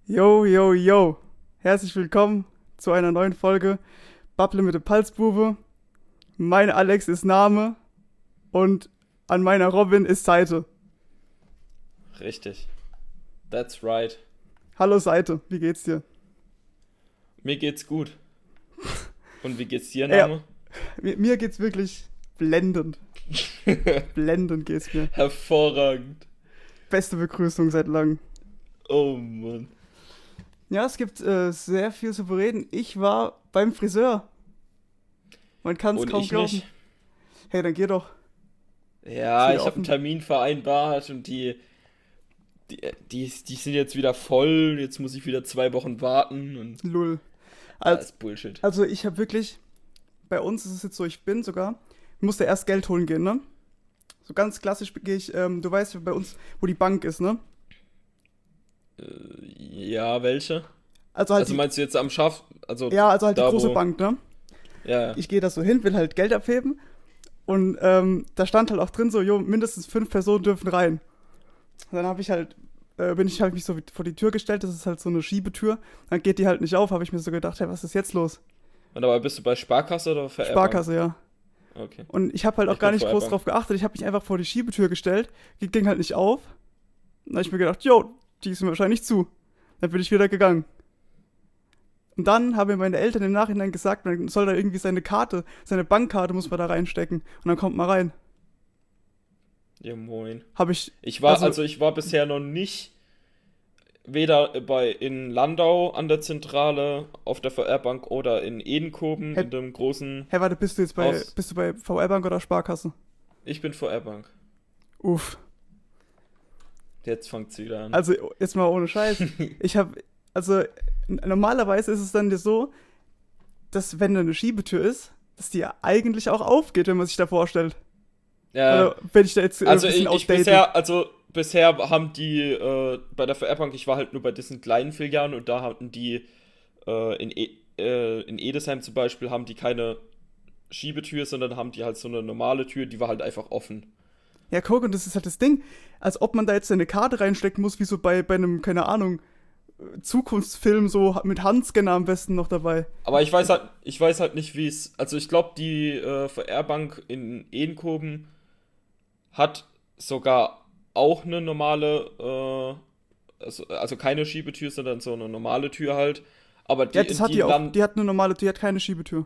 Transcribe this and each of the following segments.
Yo, yo, yo. Herzlich willkommen zu einer neuen Folge Babble mit dem Palzbube. Mein Alex ist Name und an meiner Robin ist Seite. Richtig. That's right. Hallo Seite, wie geht's dir? Mir geht's gut. Und wie geht's dir, Ja. Name? Mir geht's wirklich blendend. Blendend geht's mir. Hervorragend. Beste Begrüßung seit langem. Oh Mann. Ja, es gibt sehr viel zu bereden. Ich war beim Friseur. Man kann es Und kaum ich glauben. nicht. Hey, dann geh doch. Ja, Ist wieder ich habe offen. einen Termin vereinbart und die sind jetzt wieder voll. Jetzt muss ich wieder 2 Wochen warten und Lull. das ist Bullshit. Also ich habe wirklich, bei uns ist es jetzt so, ich musste erst Geld holen gehen, ne? So ganz klassisch gehe ich, du weißt bei uns, wo die Bank ist, ne? Ja, welche? Also halt Also meinst du jetzt am Schaff? Also ja, also halt die da, große wo- Bank, ne? Ja, Ich gehe da so hin, will halt Geld abheben und da stand halt auch drin so, jo, mindestens 5 Personen dürfen rein. Dann habe ich halt, bin ich halt mich so vor die Tür gestellt, das ist halt so eine Schiebetür, dann geht die halt nicht auf, habe ich mir so gedacht, hey, was ist jetzt los? Und dabei bist du bei Sparkasse oder für Sparkasse, ja. Okay. Und ich habe halt auch Ich gar bin nicht vor groß Airbank. drauf geachtet. Ich habe mich einfach vor die Schiebetür gestellt. Die ging halt nicht auf. Dann habe ich mir gedacht, jo, die ist mir wahrscheinlich zu. Dann bin ich wieder gegangen. Und dann haben mir meine Eltern im Nachhinein gesagt, man soll da irgendwie seine Karte, seine Bankkarte muss man da reinstecken. Und dann kommt man rein. Ja, moin. Habe ich, Ich war, Also- also ich war bisher noch nicht weder in Landau an der Zentrale auf der VR-Bank oder in Edenkoben Hä? in dem großen. hey, warte, bist Aus- du bei VR-Bank oder Sparkasse? Ich bin VR-Bank. Uff. Jetzt fängt's wieder an. Also, jetzt mal ohne Scheiß. Normalerweise ist es dann so, dass wenn da eine Schiebetür ist, dass die ja eigentlich auch aufgeht, wenn man sich da vorstellt. Ja, Oder bin ich da jetzt also ein bisschen ich outdated? bisher haben die bei der VR-Bank, ich war halt nur bei diesen kleinen Filialen und da hatten die in Edesheim zum Beispiel haben die keine Schiebetür, sondern haben die halt so eine normale Tür, die war halt einfach offen. Ja, guck, und das ist halt das Ding, als ob man da jetzt eine Karte reinstecken muss, wie so bei einem, keine Ahnung, Zukunftsfilm, so mit Handscanner am besten noch dabei. Aber ich weiß halt nicht, wie es. Also ich glaube, die VR-Bank in Edenkoben hat sogar auch eine normale, also keine Schiebetür, sondern so eine normale Tür halt. Aber Ja, das hat die auch, die hat eine normale, die hat keine Schiebetür.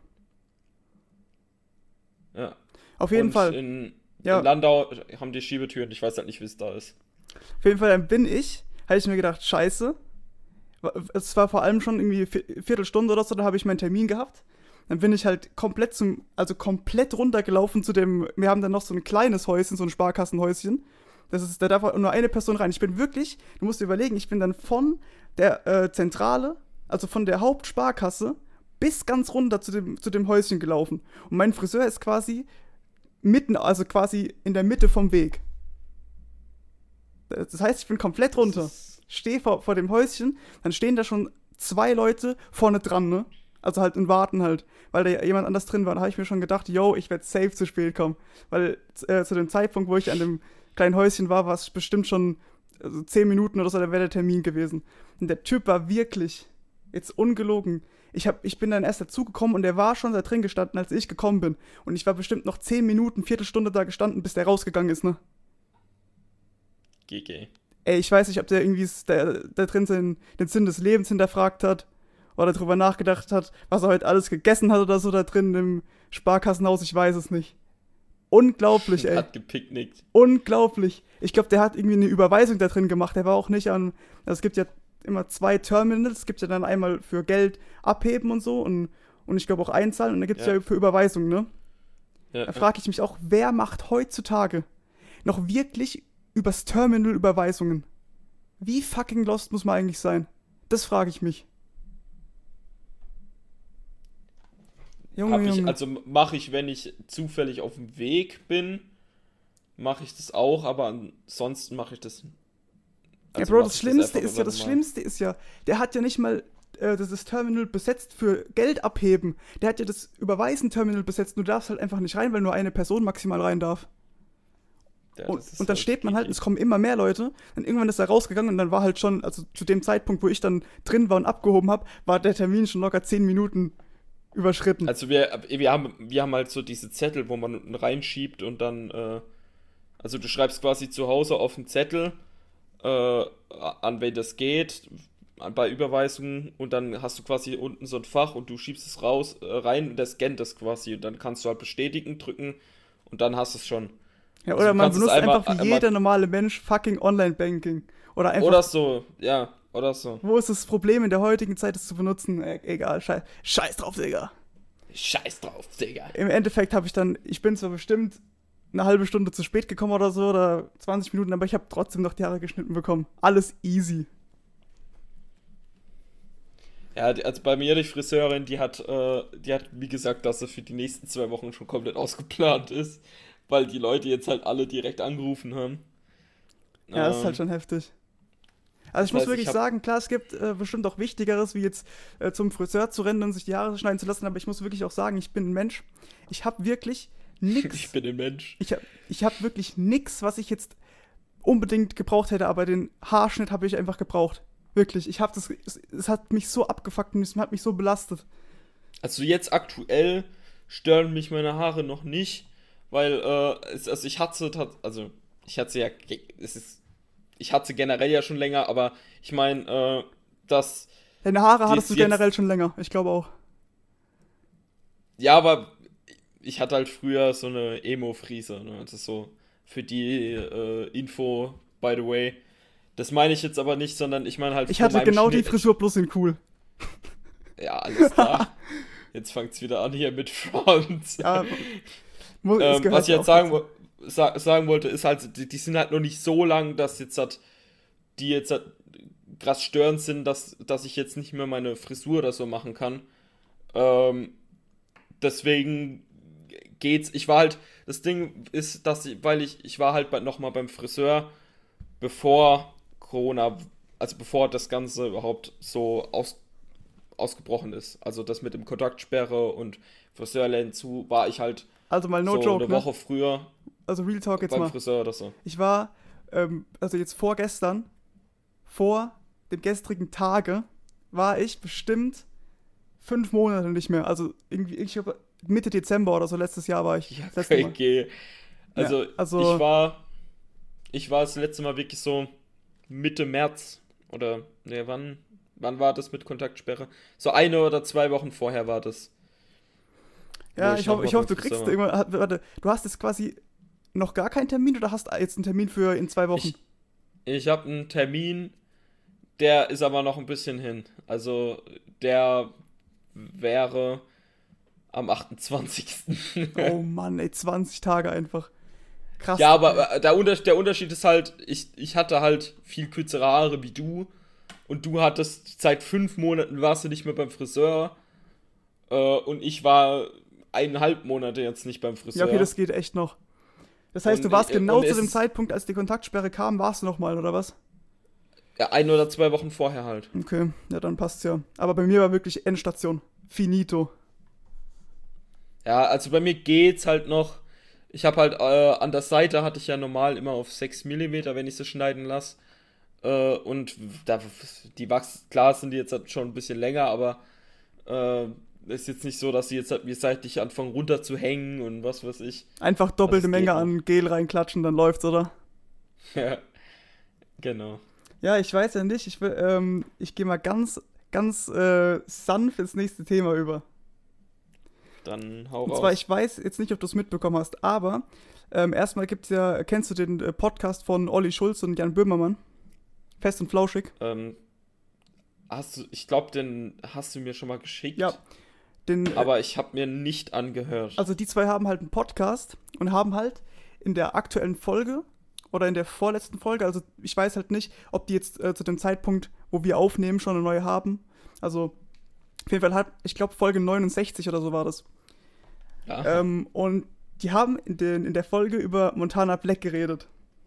ja. Auf jeden Und Fall. in Ja, Landau haben die Schiebetüren. Ich weiß halt nicht, wie es da ist. auf jeden Fall, dann habe ich mir gedacht, scheiße. Es war vor allem schon irgendwie Viertelstunde oder so, da habe ich meinen Termin gehabt. Dann bin ich halt komplett runtergelaufen zu dem, wir haben dann noch so ein kleines Häuschen, so ein Sparkassenhäuschen. Da darf nur eine Person rein. Ich bin wirklich, du musst dir überlegen, ich bin dann von der Zentrale, also von der Hauptsparkasse, bis ganz runter zu dem Häuschen gelaufen. Und mein Friseur ist quasi quasi in der Mitte vom Weg. Das heißt, ich bin komplett runter. Stehe vor dem Häuschen, dann stehen da schon 2 Leute vorne dran, ne? Also halt und warten halt, weil da ja jemand anders drin war. Da habe ich mir schon gedacht, yo, ich werde safe zu spät kommen. Weil zu dem Zeitpunkt, wo ich an dem kleinen Häuschen war es bestimmt schon 10 Minuten oder so, da wäre der Termin gewesen. Und der Typ war wirklich, jetzt ungelogen, ich bin dann erst dazugekommen und der war schon da drin gestanden, als ich gekommen bin. Und ich war bestimmt noch 10 Minuten, Viertelstunde da gestanden, bis der rausgegangen ist, ne? GG. Ey, ich weiß nicht, ob der irgendwie da drin den Sinn des Lebens hinterfragt hat oder drüber nachgedacht hat, was er heute alles gegessen hat oder so da drin im Sparkassenhaus, ich weiß es nicht. Unglaublich, ey. Hat gepicknickt. Unglaublich. Ich glaube, der hat irgendwie eine Überweisung da drin gemacht. Der war auch nicht also es gibt ja immer 2 Terminals, es gibt ja dann einmal für Geld abheben und so und ich glaube auch einzahlen und dann gibt es ja für Überweisung, ne? Ja, Da frage ich mich auch, wer macht heutzutage noch wirklich übers Terminal Überweisungen? Wie fucking lost muss man eigentlich sein? Das frage ich mich. Junge. Also mache ich, wenn ich zufällig auf dem Weg bin, mache ich das auch, aber ansonsten mache ich das. Ja, Also Bro, mach das ich Schlimmste einfach ist ja, immer normal. der hat ja nicht mal das Terminal besetzt für Geld abheben. Der hat ja das Überweisen-Terminal besetzt. Du darfst halt einfach nicht rein, weil nur eine Person maximal rein darf. Ja, Und, das ist und dann halt steht man halt, creepy. es kommen immer mehr Leute. Und irgendwann ist er rausgegangen und dann war halt schon, also zu dem Zeitpunkt, wo ich dann drin war und abgehoben habe, war der Termin schon locker 10 Minuten überschritten. Also wir haben halt so diese Zettel, wo man unten reinschiebt und dann, also du schreibst quasi zu Hause auf den Zettel, an wen das geht, bei Überweisungen und dann hast du quasi unten so ein Fach und du schiebst es raus, rein und der scannt das quasi und dann kannst du halt bestätigen drücken und dann hast du es schon. Ja, Also oder du man kannst es benutzt einfach wie einmal jeder normale Mensch fucking Online-Banking. Oder einfach, oder so, ja, oder so. wo ist das Problem in der heutigen Zeit, es zu benutzen? Egal, scheiß drauf, Digga. Scheiß drauf, Digga. Im Endeffekt habe ich bin zwar bestimmt eine halbe Stunde zu spät gekommen oder so, oder 20 Minuten, aber ich habe trotzdem noch die Haare geschnitten bekommen. Alles easy. Ja, also bei mir die Friseurin, die hat wie gesagt, dass sie für die nächsten 2 Wochen schon komplett ausgeplant ist, weil die Leute jetzt halt alle direkt angerufen haben. Ja, das ist halt Ähm, schon heftig. Also ich das muss heißt, wirklich sagen, klar, es gibt bestimmt auch Wichtigeres, wie jetzt zum Friseur zu rennen und sich die Haare schneiden zu lassen, aber ich muss wirklich auch sagen, ich bin ein Mensch. Ich habe wirklich ich nix. bin ein Mensch. Ich hab wirklich nix, was ich jetzt unbedingt gebraucht hätte, aber den Haarschnitt habe ich einfach gebraucht. Wirklich. Es hat mich so abgefuckt und es hat mich so belastet. Also jetzt aktuell stören mich meine Haare noch nicht, weil also ich hatte sie ja, ich hatte sie generell ja schon länger, aber ich meine, dass Deine Haare die hattest ist du jetzt, generell schon länger, ich glaube auch. ja, aber ich hatte halt früher so eine Emo-Frise, ne? Das ist so für die Info, by the way. Das meine ich jetzt aber nicht, sondern ich meine halt Ich von hatte meinem genau die Schnitt. Frisur plus in cool. Ja, alles klar. Jetzt fängt's wieder an hier mit Front. Ja, es gehört Was ich ja jetzt auch dazu. sagen wollte, ist halt, die sind halt noch nicht so lang, dass jetzt halt, die jetzt halt krass störend sind, dass ich jetzt nicht mehr meine Frisur oder so machen kann. Ähm, deswegen geht's. Das Ding ist, weil ich war halt nochmal beim Friseur, bevor Corona, also bevor das Ganze überhaupt so ausgebrochen ist. Also das mit dem Kontaktsperre und Friseurläden zu, war ich halt Also mal no so joke, eine ne? Woche früher Also Real Talk jetzt beim mal. Friseur oder so. Ich war, also jetzt vorgestern, vor dem gestrigen Tage, war ich bestimmt 5 Monate nicht mehr. Also irgendwie, ich glaube, Mitte Dezember oder so, letztes Jahr war ich Ja, das letzte Mal. okay. Ja, Also also, ich war das letzte Mal wirklich so Mitte März oder ne, wann war das mit Kontaktsperre? So 1 oder 2 Wochen vorher war das, wo ja, ich ich hoffe, nochmal beim du Friseur kriegst war. irgendwann, warte, du hast jetzt quasi noch gar keinen Termin oder hast jetzt einen Termin für in 2 Wochen? Ich, ich habe einen Termin, der ist aber noch ein bisschen hin. Also der wäre am 28. Oh Mann, ey, 20 Tage einfach. Krass. Ja, Ey. aber der Unterschied ist halt, ich hatte halt viel kürzere Haare wie du und du hattest seit 5 Monaten warst du nicht mehr beim Friseur und ich war 1,5 Monate jetzt nicht beim Ja, okay, Friseur. das geht echt noch. Das heißt, du Und, warst genau zu es dem ist Zeitpunkt, als die Kontaktsperre kam, warst du noch mal, oder was? ja, 1 oder 2 Wochen vorher halt. Okay, ja, dann passt's ja. Aber bei mir war wirklich Endstation. Finito. Ja, also bei mir geht's halt noch. Ich habe halt an der Seite hatte ich ja normal immer auf 6 Millimeter, wenn ich sie schneiden lasse. Und da, die wachsen, klar sind die jetzt halt schon ein bisschen länger, aber äh, ist jetzt nicht so, dass sie jetzt halt mir seitlich anfangen runter zu hängen und was weiß ich. Einfach Also doppelte es Menge geht noch. an Gel reinklatschen, dann läuft's, oder? Ja, genau. Ja, ich weiß ja nicht. Ich gehe mal ganz sanft ins nächste Thema über. Dann hau Und zwar, raus. ich weiß jetzt nicht, ob du es mitbekommen hast, aber erstmal gibt's ja, kennst du den Podcast von Olli Schulz und Jan Böhmermann? Fest und flauschig. Ähm, ich glaube, den hast du mir schon mal Ja, geschickt, den, aber ich habe mir nicht angehört. also die zwei haben halt einen Podcast und haben halt in der aktuellen Folge oder in der vorletzten Folge, also ich weiß halt nicht, ob die jetzt zu dem Zeitpunkt, wo wir aufnehmen, schon eine neue haben. Also auf jeden Fall ich glaube Folge 69 oder so war das. Aha. Und die haben in der Folge über Montana Black geredet.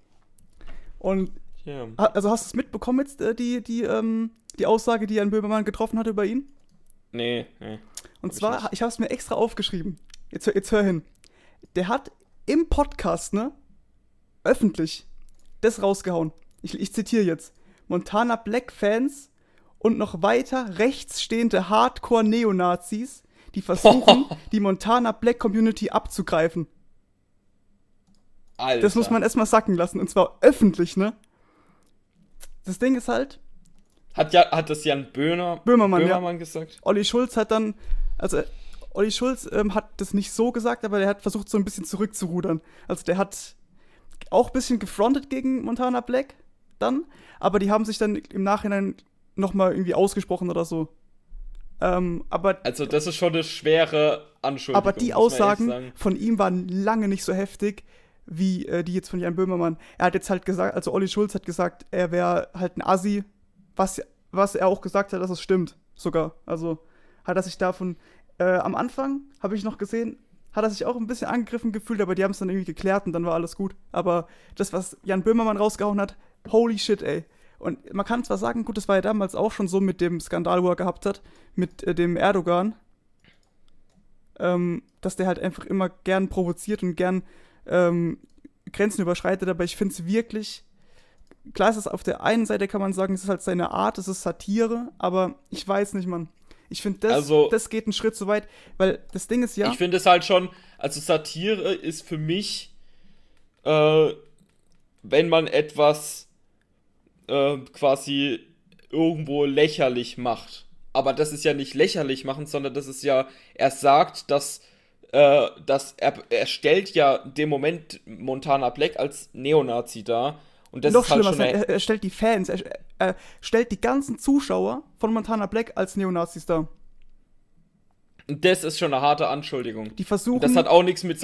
Und Ja. also hast du es mitbekommen jetzt, die Aussage, die Jan Böhmermann getroffen hat über ihn? Nee. Und Hab ich zwar, nicht. ich habe es mir extra aufgeschrieben. Jetzt hör hin. Der hat im Podcast, ne, öffentlich das rausgehauen. Ich zitiere jetzt. Montana Black-Fans und noch weiter rechtsstehende Hardcore-Neonazis, die versuchen, die Montana Black-Community abzugreifen. Alter. Das muss man erstmal sacken lassen. Und zwar öffentlich, ne? Das Ding ist halt... Hat das Jan Böhmermann gesagt? Olli Schulz hat dann... Also, Olli Schulz hat das nicht so gesagt, aber der hat versucht, so ein bisschen zurückzurudern. Also, der hat auch ein bisschen gefrontet gegen Montana Black dann, aber die haben sich dann im Nachhinein nochmal irgendwie ausgesprochen oder so. Aber also das ist schon eine schwere Anschuldigung. Aber die Aussagen von ihm waren lange nicht so heftig, wie die jetzt von Jan Böhmermann. Er hat jetzt halt gesagt, also Olli Schulz hat gesagt, er wäre halt ein Assi, was er auch gesagt hat, dass es stimmt, sogar. Also hat er sich davon, am Anfang, habe ich noch gesehen, hat er sich auch ein bisschen angegriffen gefühlt, aber die haben es dann irgendwie geklärt und dann war alles gut. Aber das, was Jan Böhmermann rausgehauen hat, holy shit, ey. Und man kann zwar sagen, gut, das war ja damals auch schon so mit dem Skandal, wo er gehabt hat, mit dem Erdogan, dass der halt einfach immer gern provoziert und gern Grenzen überschreitet, aber ich finde es wirklich, klar ist es auf der einen Seite, kann man sagen, es ist halt seine Art, es ist Satire, aber ich weiß nicht, Mann. Ich finde, das geht einen Schritt zu weit, weil das Ding ist ja... Ich finde es halt schon, also Satire ist für mich, wenn man etwas quasi irgendwo lächerlich macht. Aber das ist ja nicht lächerlich machen, sondern das ist ja, er sagt, dass er stellt ja dem Moment Montana Black als Neonazi dar. Und das noch ist halt schlimmer, schon er stellt die Fans, er stellt die ganzen Zuschauer von Montana Black als Neonazis dar. Das ist schon eine harte Anschuldigung. Die versuchen... Das hat auch nichts mit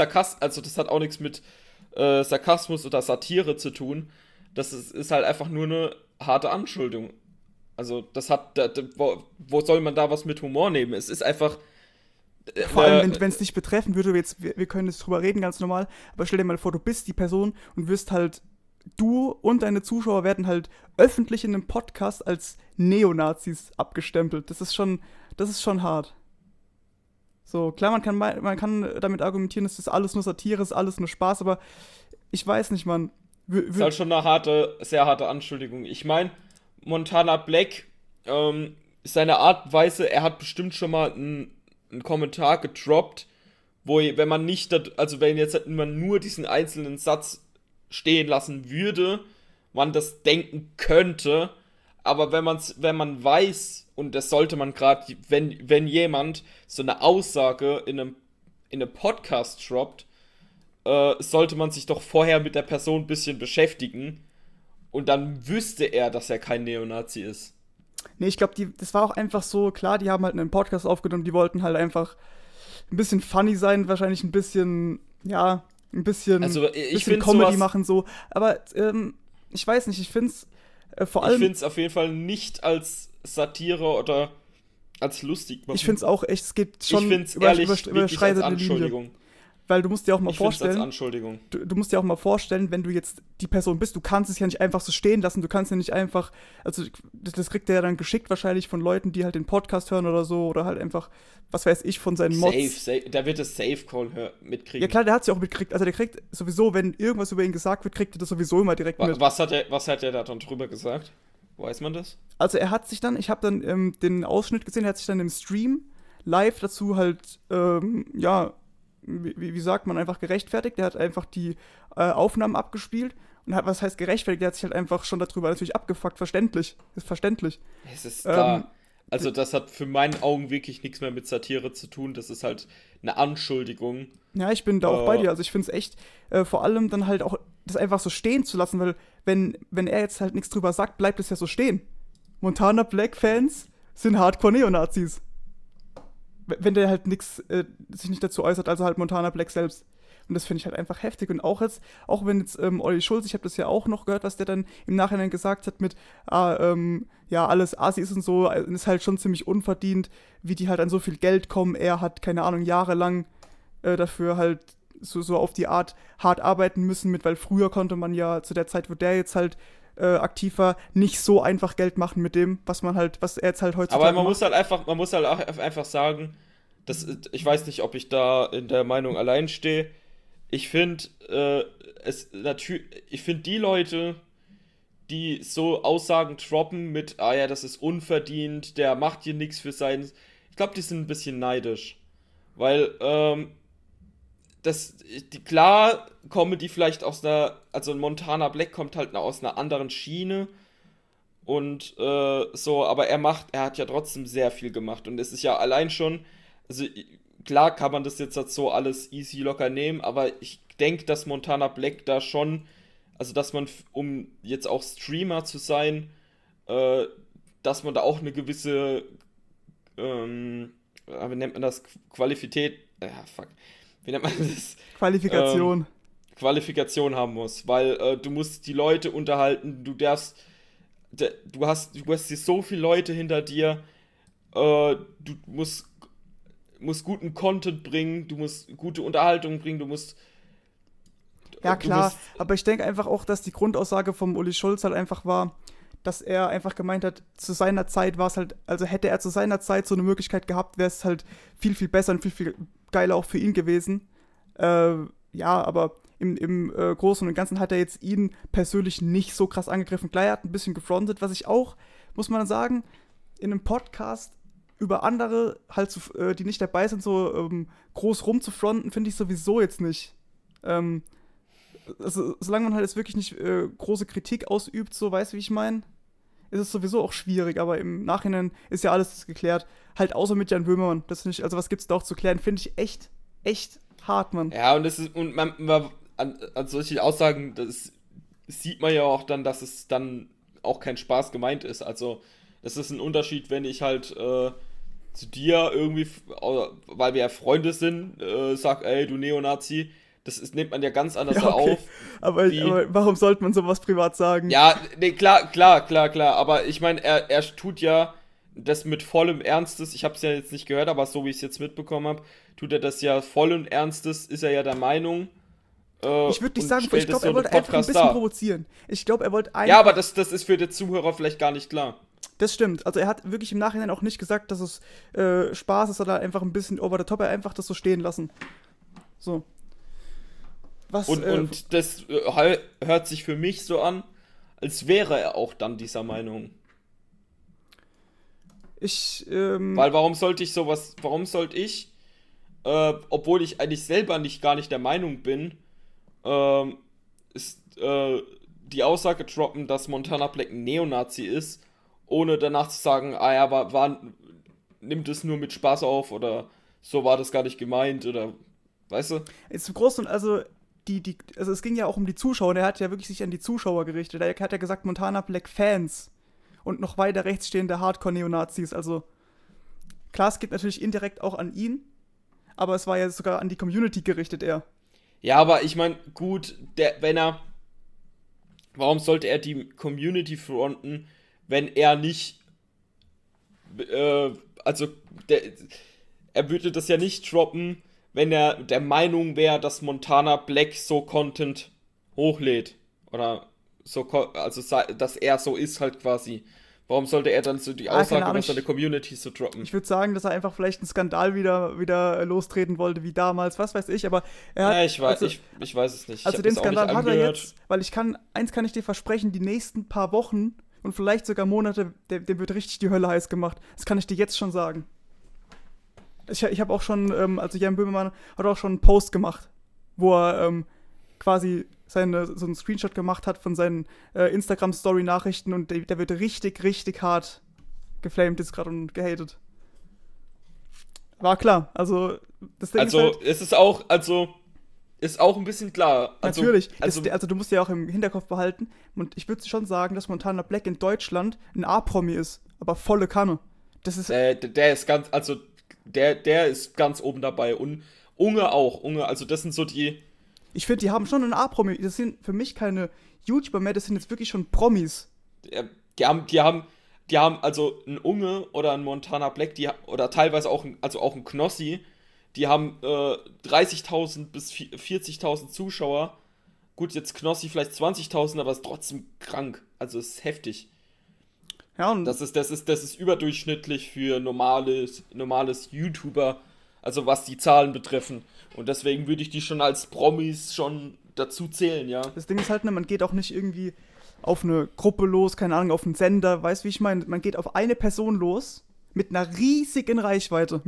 Sarkasmus oder Satire zu tun. Das ist halt einfach nur eine harte Anschuldigung. Also wo soll man da was mit Humor nehmen? Es ist einfach... Vor allem, wenn es dich betreffen würde, wir können jetzt drüber reden, ganz normal, aber stell dir mal vor, du bist die Person und wirst halt, du und deine Zuschauer werden halt öffentlich in einem Podcast als Neonazis abgestempelt. Das ist schon hart. So, klar, man kann damit argumentieren, dass das alles nur Satire ist, alles nur Spaß, aber ich weiß nicht, Mann. Das ist halt schon eine sehr harte Anschuldigung. Ich meine, Montana Black, seine Art und Weise, er hat bestimmt schon mal einen Kommentar gedroppt, wenn man jetzt man nur diesen einzelnen Satz stehen lassen würde, man das denken könnte, aber wenn man weiß, und das sollte man gerade, wenn jemand so eine Aussage in einem Podcast droppt, sollte man sich doch vorher mit der Person ein bisschen beschäftigen und dann wüsste er, dass er kein Neonazi ist. Nee, ich glaube, das war auch einfach so, klar, die haben halt einen Podcast aufgenommen, die wollten halt einfach ein bisschen funny sein, wahrscheinlich ein bisschen, ja, ein bisschen, also bisschen Comedy machen so, aber ich weiß nicht, ich find's vor allem... Ich find's auf jeden Fall nicht als Satire oder als lustig machen. Ich find's auch echt, es geht schon überschreitet eine Linie. Weil du musst dir auch mal vorstellen, als Anschuldigung. Du musst dir auch mal vorstellen, wenn du jetzt die Person bist, du kannst es ja nicht einfach so stehen lassen, du kannst ja nicht einfach, also das kriegt der ja dann geschickt wahrscheinlich von Leuten, die halt den Podcast hören oder so, oder halt einfach, was weiß ich, von seinen Mods. Safe, der wird das Safe-Call mitkriegen. Ja klar, der hat es ja auch mitkriegt, also der kriegt sowieso, wenn irgendwas über ihn gesagt wird, kriegt er das sowieso immer direkt mit. Was hat er da dann drüber gesagt? Weiß man das? Also er hat sich dann, ich habe dann den Ausschnitt gesehen, er hat sich dann im Stream live dazu halt, wie sagt man, einfach gerechtfertigt. Der hat einfach die Aufnahmen abgespielt und was heißt gerechtfertigt? Der hat sich halt einfach schon darüber natürlich abgefuckt, verständlich. Ist verständlich. Es ist klar. Also das hat für meinen Augen wirklich nichts mehr mit Satire zu tun. Das ist halt eine Anschuldigung. Ja, ich bin da auch bei dir. Also ich finde es echt, vor allem dann halt auch das einfach so stehen zu lassen, weil wenn er jetzt halt nichts drüber sagt, bleibt es ja so stehen. Montana Black Fans sind Hardcore-Neonazis. Wenn der halt sich nicht dazu äußert, also halt Montana Black selbst. Und das finde ich halt einfach heftig. Und auch wenn jetzt Olli Schulz, ich habe das ja auch noch gehört, was der dann im Nachhinein gesagt hat mit, alles Assis und so, ist halt schon ziemlich unverdient, wie die halt an so viel Geld kommen. Er hat, keine Ahnung, jahrelang dafür halt so auf die Art hart arbeiten müssen weil früher konnte man ja zu der Zeit, wo der jetzt halt aktiv war, nicht so einfach Geld machen mit dem, was er jetzt halt heutzutage aber man muss halt einfach sagen, ich weiß nicht, ob ich da in der Meinung allein stehe, ich finde, ich finde die Leute, die so Aussagen droppen mit, ah ja, das ist unverdient, der macht hier nichts für sein. Ich glaube, die sind ein bisschen neidisch. Weil, klar kommen die vielleicht aus also Montana Black kommt halt aus einer anderen Schiene und so, aber er hat ja trotzdem sehr viel gemacht und es ist ja allein schon, also klar kann man das jetzt halt so alles easy locker nehmen, aber ich denke, dass Montana Black da schon, also dass man, um jetzt auch Streamer zu sein, äh, dass man da auch eine gewisse, wie nennt man das, Qualifität, fuck, wie nennt man das? Qualifikation. Qualifikation haben muss, weil du musst die Leute unterhalten, du hast hier so viele Leute hinter dir, du musst guten Content bringen, du musst gute Unterhaltung bringen, Ja, du klar, musst, aber ich denke einfach auch, dass die Grundaussage vom Uli Schulz halt einfach war, dass er einfach gemeint hat, zu seiner Zeit war es halt, also hätte er zu seiner Zeit so eine Möglichkeit gehabt, wäre es halt viel, viel besser und viel, viel geiler auch für ihn gewesen. Ja, aber im Großen und Ganzen hat er jetzt ihn persönlich nicht so krass angegriffen. Klar, er hat ein bisschen gefrontet, was ich auch, muss man sagen, in einem Podcast über andere, halt, die nicht dabei sind, so groß rumzufronten, finde ich sowieso jetzt nicht. Ähm, also, solange man halt jetzt wirklich nicht große Kritik ausübt, so, weißt du, wie ich meine? Ist es sowieso auch schwierig, aber im Nachhinein ist ja alles geklärt. Halt außer mit Jan Böhmermann. Das nicht, also was gibt's da auch zu klären? Finde ich echt, echt hart, Mann. ja, und an solche Aussagen, das sieht man ja auch dann, dass es dann auch kein Spaß gemeint ist. Also, das ist ein Unterschied, wenn ich halt zu dir irgendwie, weil wir ja Freunde sind, sag, ey, du Neonazi, nimmt man ja ganz anders Ja, okay. auf. Aber warum sollte man sowas privat sagen? Ja, nee, klar, aber ich meine, er tut ja das mit vollem Ernstes, ich habe es ja jetzt nicht gehört, aber so wie ich es jetzt mitbekommen habe, tut er das ja vollen Ernstes, ist er ja der Meinung. Ich würde nicht Und sagen, ich stellt es glaube, so er im wollte einfach ein Podcast bisschen dar. provozieren. Ich glaube, er wollte Ja, einfach. aber das ist für den Zuhörer vielleicht gar nicht klar. Das stimmt. Also er hat wirklich im Nachhinein auch nicht gesagt, dass es Spaß ist, sondern einfach ein bisschen over the top. Er hat einfach das so stehen lassen. So. Was, Und das hört sich für mich so an, als wäre er auch dann dieser Meinung. ich, Weil warum sollte ich, obwohl ich eigentlich selber gar nicht der Meinung bin, ähm, die Aussage droppen, dass Montana Black ein Neonazi ist, ohne danach zu sagen, ah ja, nimmt es nur mit Spaß auf oder so war das gar nicht gemeint oder, weißt du? Jetzt im Großen und also also es ging ja auch um die Zuschauer, und er hat ja wirklich sich an die Zuschauer gerichtet. Er hat ja gesagt, Montana Black Fans und noch weiter rechts stehende Hardcore-Neonazis. Also klar, es geht natürlich indirekt auch an ihn, aber es war ja sogar an die Community gerichtet, eher. Ja, aber ich meine, gut, warum sollte er die Community fronten, wenn er nicht, also, er würde das ja nicht droppen, wenn er der Meinung wäre, dass Montana Black so Content hochlädt. Oder so, also, dass er so ist halt quasi. Warum sollte er dann so die Keine Aussage Ahnung, über seine Community so droppen? Ich würde sagen, dass er einfach vielleicht einen Skandal wieder lostreten wollte, wie damals, was weiß ich, aber er hat. Ja, ich weiß, also, ich weiß es nicht. Ich Also hab den das auch nicht Skandal hat er angehört. jetzt, weil eins kann ich dir versprechen, die nächsten paar Wochen und vielleicht sogar Monate, dem wird richtig die Hölle heiß gemacht. Das kann ich dir jetzt schon sagen. Ich habe auch schon, also Jan Böhmermann hat auch schon einen Post gemacht, wo er quasi so einen Screenshot gemacht hat von seinen Instagram-Story-Nachrichten, und der wird richtig, richtig hart geflamed jetzt gerade und gehatet. War klar, also das Ding Also, ist halt, es ist auch, ist auch ein bisschen klar. Also, natürlich, also, also du musst ja auch im Hinterkopf behalten, und ich würde schon sagen, dass Montana Black in Deutschland ein A-Promi ist, aber volle Kanne. Das ist, der ist ganz, also, der ist ganz oben dabei. Und Unge auch. Unge, also, das sind so die. ich finde, die haben schon ein A-Promi. Das sind für mich keine YouTuber mehr, das sind jetzt wirklich schon Promis. Die haben also ein Unge oder ein Montana Black, oder teilweise auch auch ein Knossi, die haben 30.000 bis 40.000 Zuschauer. Gut, jetzt Knossi vielleicht 20.000, aber ist trotzdem krank. Also ist heftig. Ja, und Das ist überdurchschnittlich für normales YouTuber Also was die Zahlen betreffen. Und deswegen würde ich die schon als Promis schon dazu zählen, ja. Das Ding ist halt, ne, man geht auch nicht irgendwie auf eine Gruppe los, keine Ahnung, auf einen Sender, weißt du, wie ich meine? Man geht auf eine Person los mit einer riesigen Reichweite,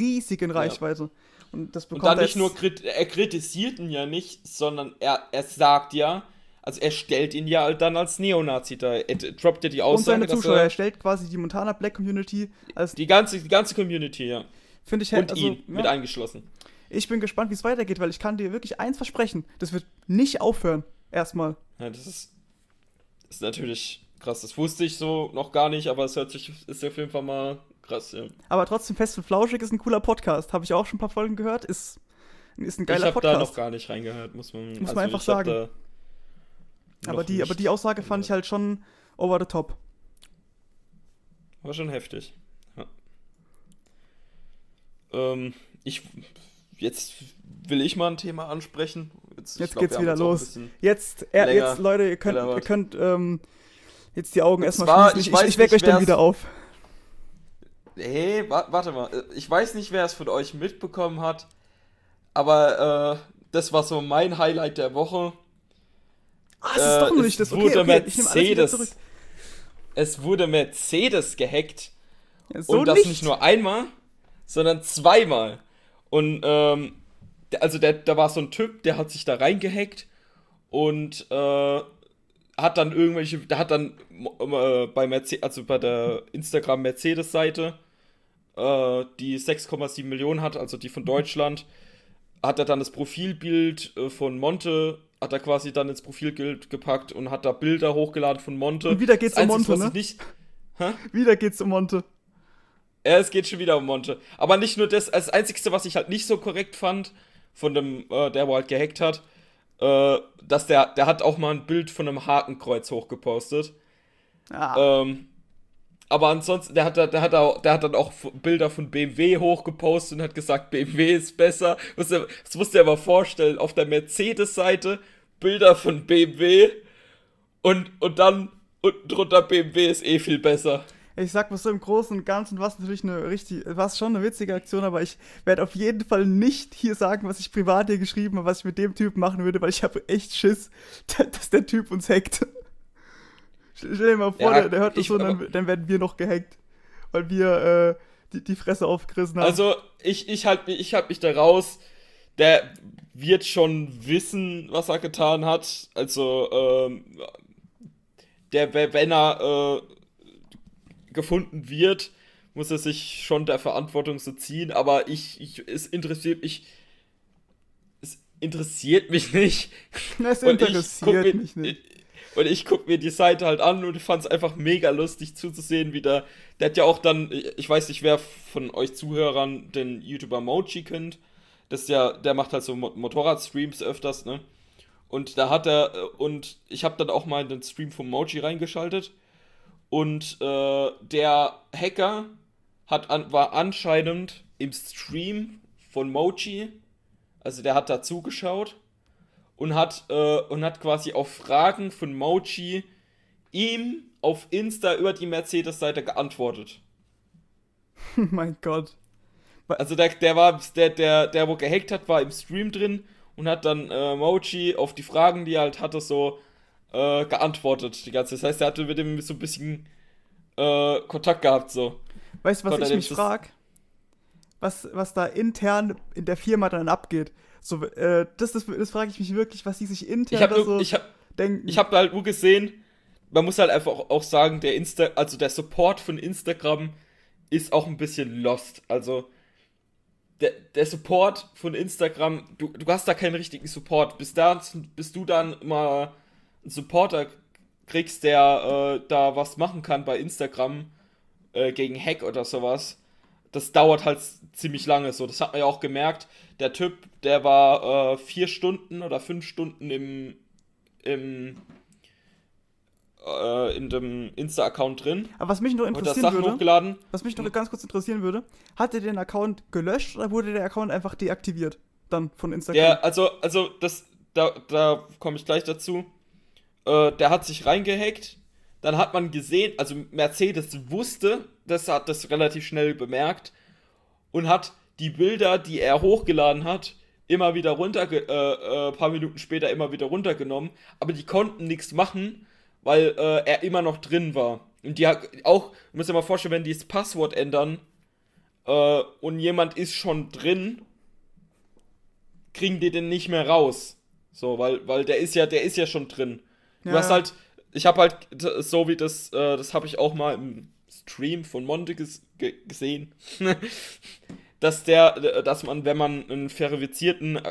Und das Und bekommt dann er nicht nur, er kritisiert ihn ja nicht, sondern er sagt ja, also er stellt ihn ja dann als Neonazi da. Er droppt ja die und Aussage, seine dass Zuschauer, er er stellt quasi die Montana Black Community als, die ganze Community, ja. finde ich, Und also, ihn mit ja, eingeschlossen. ich bin gespannt, wie es weitergeht, weil ich kann dir wirklich eins versprechen, das wird nicht aufhören, erstmal. Ja, das ist natürlich krass. Das wusste ich so noch gar nicht, aber ist auf jeden Fall mal krass, ja. Aber trotzdem, Fest und Flauschig ist ein cooler Podcast, habe ich auch schon ein paar Folgen gehört, ist ein Ich geiler habe da Podcast. noch gar nicht reingehört, muss man einfach ich hab sagen. da Aber noch die nicht Aussage fand ich halt schon over the top. War schon heftig. Ja. Ich jetzt will ich mal ein Thema ansprechen. Ich Jetzt glaub, geht's wir haben wieder jetzt auch ein los. bisschen Jetzt, länger Leute, ihr gelabert. könnt jetzt die Augen Und erstmal zwar, schließen. ich weiß Ich weck nicht, euch dann wer's- wieder auf. Hey, warte mal. Ich weiß nicht, wer es von euch mitbekommen hat, aber das war so mein Highlight der Woche. Ah, es ist doch nur nicht das. Okay, ich nehme alles wieder zurück. Es wurde Mercedes gehackt. Ja, so Und das nicht. nicht nur einmal, sondern zweimal. Und da war so ein Typ, der hat sich da reingehackt und hat dann bei Mercedes, also bei der Instagram Mercedes-Seite, die 6,7 Millionen hat, also die von Deutschland, hat er dann das Profilbild von Monte, hat er quasi dann ins Profilbild gepackt und hat da Bilder hochgeladen von Monte. Und wieder geht's Das um Einzige, Monte, was ich nicht, Wieder geht's um Monte. ja, es geht schon wieder um Monte. Aber nicht nur das, das Einzige, was ich halt nicht so korrekt fand, von dem, der wo halt gehackt hat, dass der hat auch mal ein Bild von einem Hakenkreuz hochgepostet. Ah, Aber ansonsten, der hat dann auch Bilder von BMW hochgepostet und hat gesagt, BMW ist besser. Das musst du dir aber vorstellen, auf der Mercedes-Seite Bilder von BMW und dann unten drunter BMW ist eh viel besser. ich sag mal so, im Großen und Ganzen war es natürlich schon eine witzige Aktion, aber ich werde auf jeden Fall nicht hier sagen, was ich privat hier geschrieben habe, was ich mit dem Typen machen würde, weil ich habe echt Schiss, dass der Typ uns hackt. Stell dir mal vor, Ja, der hört das so und dann werden wir noch gehackt, weil wir die Fresse aufgerissen haben. Also, ich halt mich da raus. Der wird schon wissen, was er getan hat. Also, wenn er gefunden wird, muss er sich schon der Verantwortung so ziehen. Aber es interessiert mich nicht. Das Und interessiert mich nicht. Und ich guck mir die Seite halt an und fand es einfach mega lustig zuzusehen, wie der hat ja auch dann, ich weiß nicht, wer von euch Zuhörern den YouTuber Mochi kennt. Das ist ja, der macht halt so Motorrad-Streams öfters, ne? Und und ich habe dann auch mal in den Stream von Mochi reingeschaltet. Und der Hacker war anscheinend im Stream von Mochi, also der hat da zugeschaut und hat quasi auf Fragen von Mochi ihm auf Insta über die Mercedes-Seite geantwortet. Mein Gott. Also der wo gehackt hat, war im Stream drin und hat dann Mochi auf die Fragen, die er halt hatte, so geantwortet. Das heißt, er hatte mit dem so ein bisschen Kontakt gehabt, so. Weißt du, was ich mich das- frage? Was da intern in der Firma dann abgeht. So, das frage ich mich wirklich, was die sich intern denken. Ich habe halt nur gesehen, man muss halt einfach auch sagen, also der Support von Instagram ist auch ein bisschen lost. Also der Support von Instagram, du hast da keinen richtigen Support. Bis du dann mal einen Supporter kriegst, der da was machen kann bei Instagram gegen Hack oder sowas, das dauert halt ziemlich lange so. Das hat man ja auch gemerkt. Der Typ, der war 4 Stunden oder 5 Stunden in dem Insta-Account drin Aber was mich noch und das interessieren Sachen würde, hochgeladen. was mich noch ganz kurz interessieren würde, hat er den Account gelöscht oder wurde der Account einfach deaktiviert? Dann von Instagram. Da komme ich gleich dazu. Der hat sich reingehackt. Dann hat man gesehen, also Mercedes wusste, das hat das relativ schnell bemerkt und hat die Bilder, die er hochgeladen hat, immer wieder paar Minuten später immer wieder runtergenommen, aber die konnten nichts machen, weil er immer noch drin war. Und die hat auch, du musst dir mal vorstellen, wenn die das Passwort ändern und jemand ist schon drin, kriegen die den nicht mehr raus. So, weil der ist ja schon drin. Du hast halt, ich habe halt, so wie das habe ich auch mal im Stream von Monte gesehen, dass man, wenn man einen verifizierten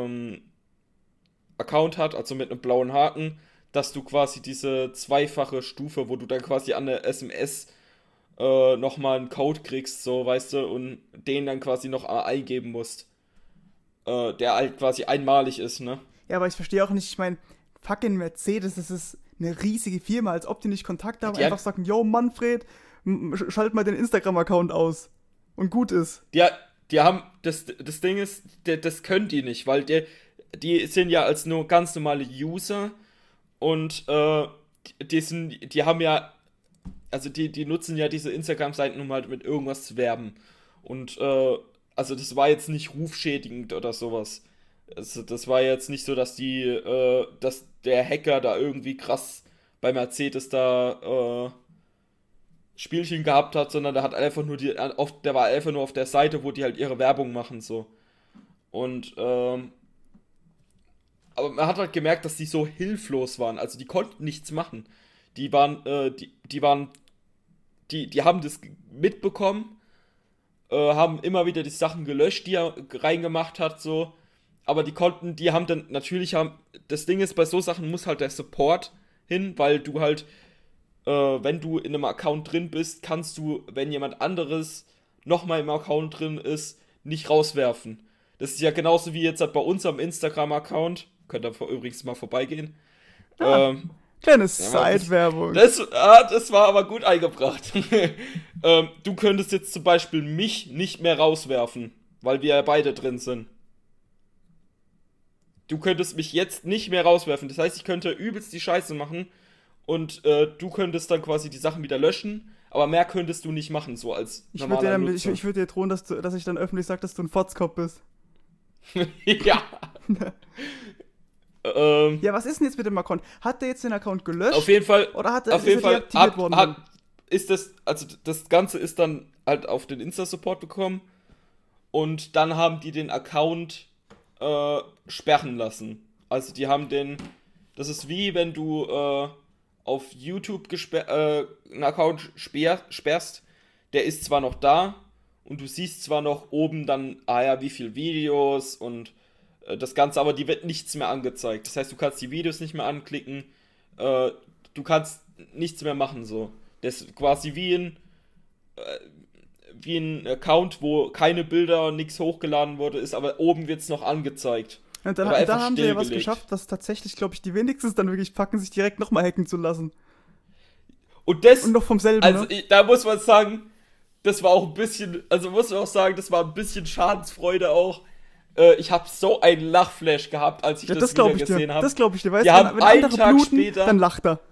Account hat, also mit einem blauen Haken, dass du quasi diese zweifache Stufe, wo du dann quasi an der SMS nochmal einen Code kriegst, so, weißt du, und den dann quasi noch eingeben musst. Der halt quasi einmalig ist, ne? Ja, aber ich verstehe auch nicht, ich meine, fucking Mercedes, das ist eine riesige Firma, als ob die nicht Kontakt haben, einfach sagen, yo, Manfred, schalt mal den Instagram-Account aus. Und gut ist. Die haben, das Ding ist, das können die nicht, weil die sind ja als nur ganz normale User und die haben ja, also die nutzen ja diese Instagram-Seiten, um halt mit irgendwas zu werben. Und also das war jetzt nicht rufschädigend oder sowas. Also das war jetzt nicht so, dass dass der Hacker da irgendwie krass bei Mercedes da Spielchen gehabt hat, sondern der hat einfach nur der war einfach nur auf der Seite, wo die halt ihre Werbung machen, so. Und aber man hat halt gemerkt, dass die so hilflos waren, also die konnten nichts machen. Die haben das mitbekommen, haben immer wieder die Sachen gelöscht, die er reingemacht hat, so. Aber die haben dann, das Ding ist, bei so Sachen muss halt der Support hin, weil du halt, wenn du in einem Account drin bist, kannst du, wenn jemand anderes nochmal im Account drin ist, nicht rauswerfen. Das ist ja genauso wie jetzt halt bei unserem Instagram-Account. Könnt ihr übrigens mal vorbeigehen. Kleine Side-Werbung. Das war aber gut eingebracht. Du könntest jetzt zum Beispiel mich nicht mehr rauswerfen, weil wir ja beide drin sind. Du könntest mich jetzt nicht mehr rauswerfen. Das heißt, ich könnte übelst die Scheiße machen und du könntest dann quasi die Sachen wieder löschen, aber mehr könntest du nicht machen, so als normaler Nutzer. Ich würde dir drohen, dass ich dann öffentlich sage, dass du ein Fotzkopf bist. Ja. Ja, was ist denn jetzt mit dem Account? Hat der jetzt den Account gelöscht? Auf jeden Fall. Oder ist er deaktiviert worden? Also das Ganze ist dann halt auf den Insta-Support bekommen und dann haben die den Account sperren lassen. Also die haben das ist wie wenn du auf YouTube einen Account sperrst, der ist zwar noch da und du siehst zwar noch oben dann, wie viel Videos und das Ganze, aber die wird nichts mehr angezeigt. Das heißt, du kannst die Videos nicht mehr anklicken, du kannst nichts mehr machen, so. Das ist quasi wie ein Account, wo keine Bilder, nichts hochgeladen wurde, ist, aber oben wird es noch angezeigt. Und dann haben sie ja was geschafft, dass tatsächlich, glaube ich, die wenigstens dann wirklich packen, sich direkt nochmal hacken zu lassen. Und noch vom selben, also ne? da muss man sagen, das war auch ein bisschen, also muss man auch sagen, das war ein bisschen Schadensfreude auch. Ich habe so einen Lachflash gehabt, als ich das wieder gesehen habe. Das glaube ich dir, weißt du, wenn einen Tag bluten, später, dann lacht er.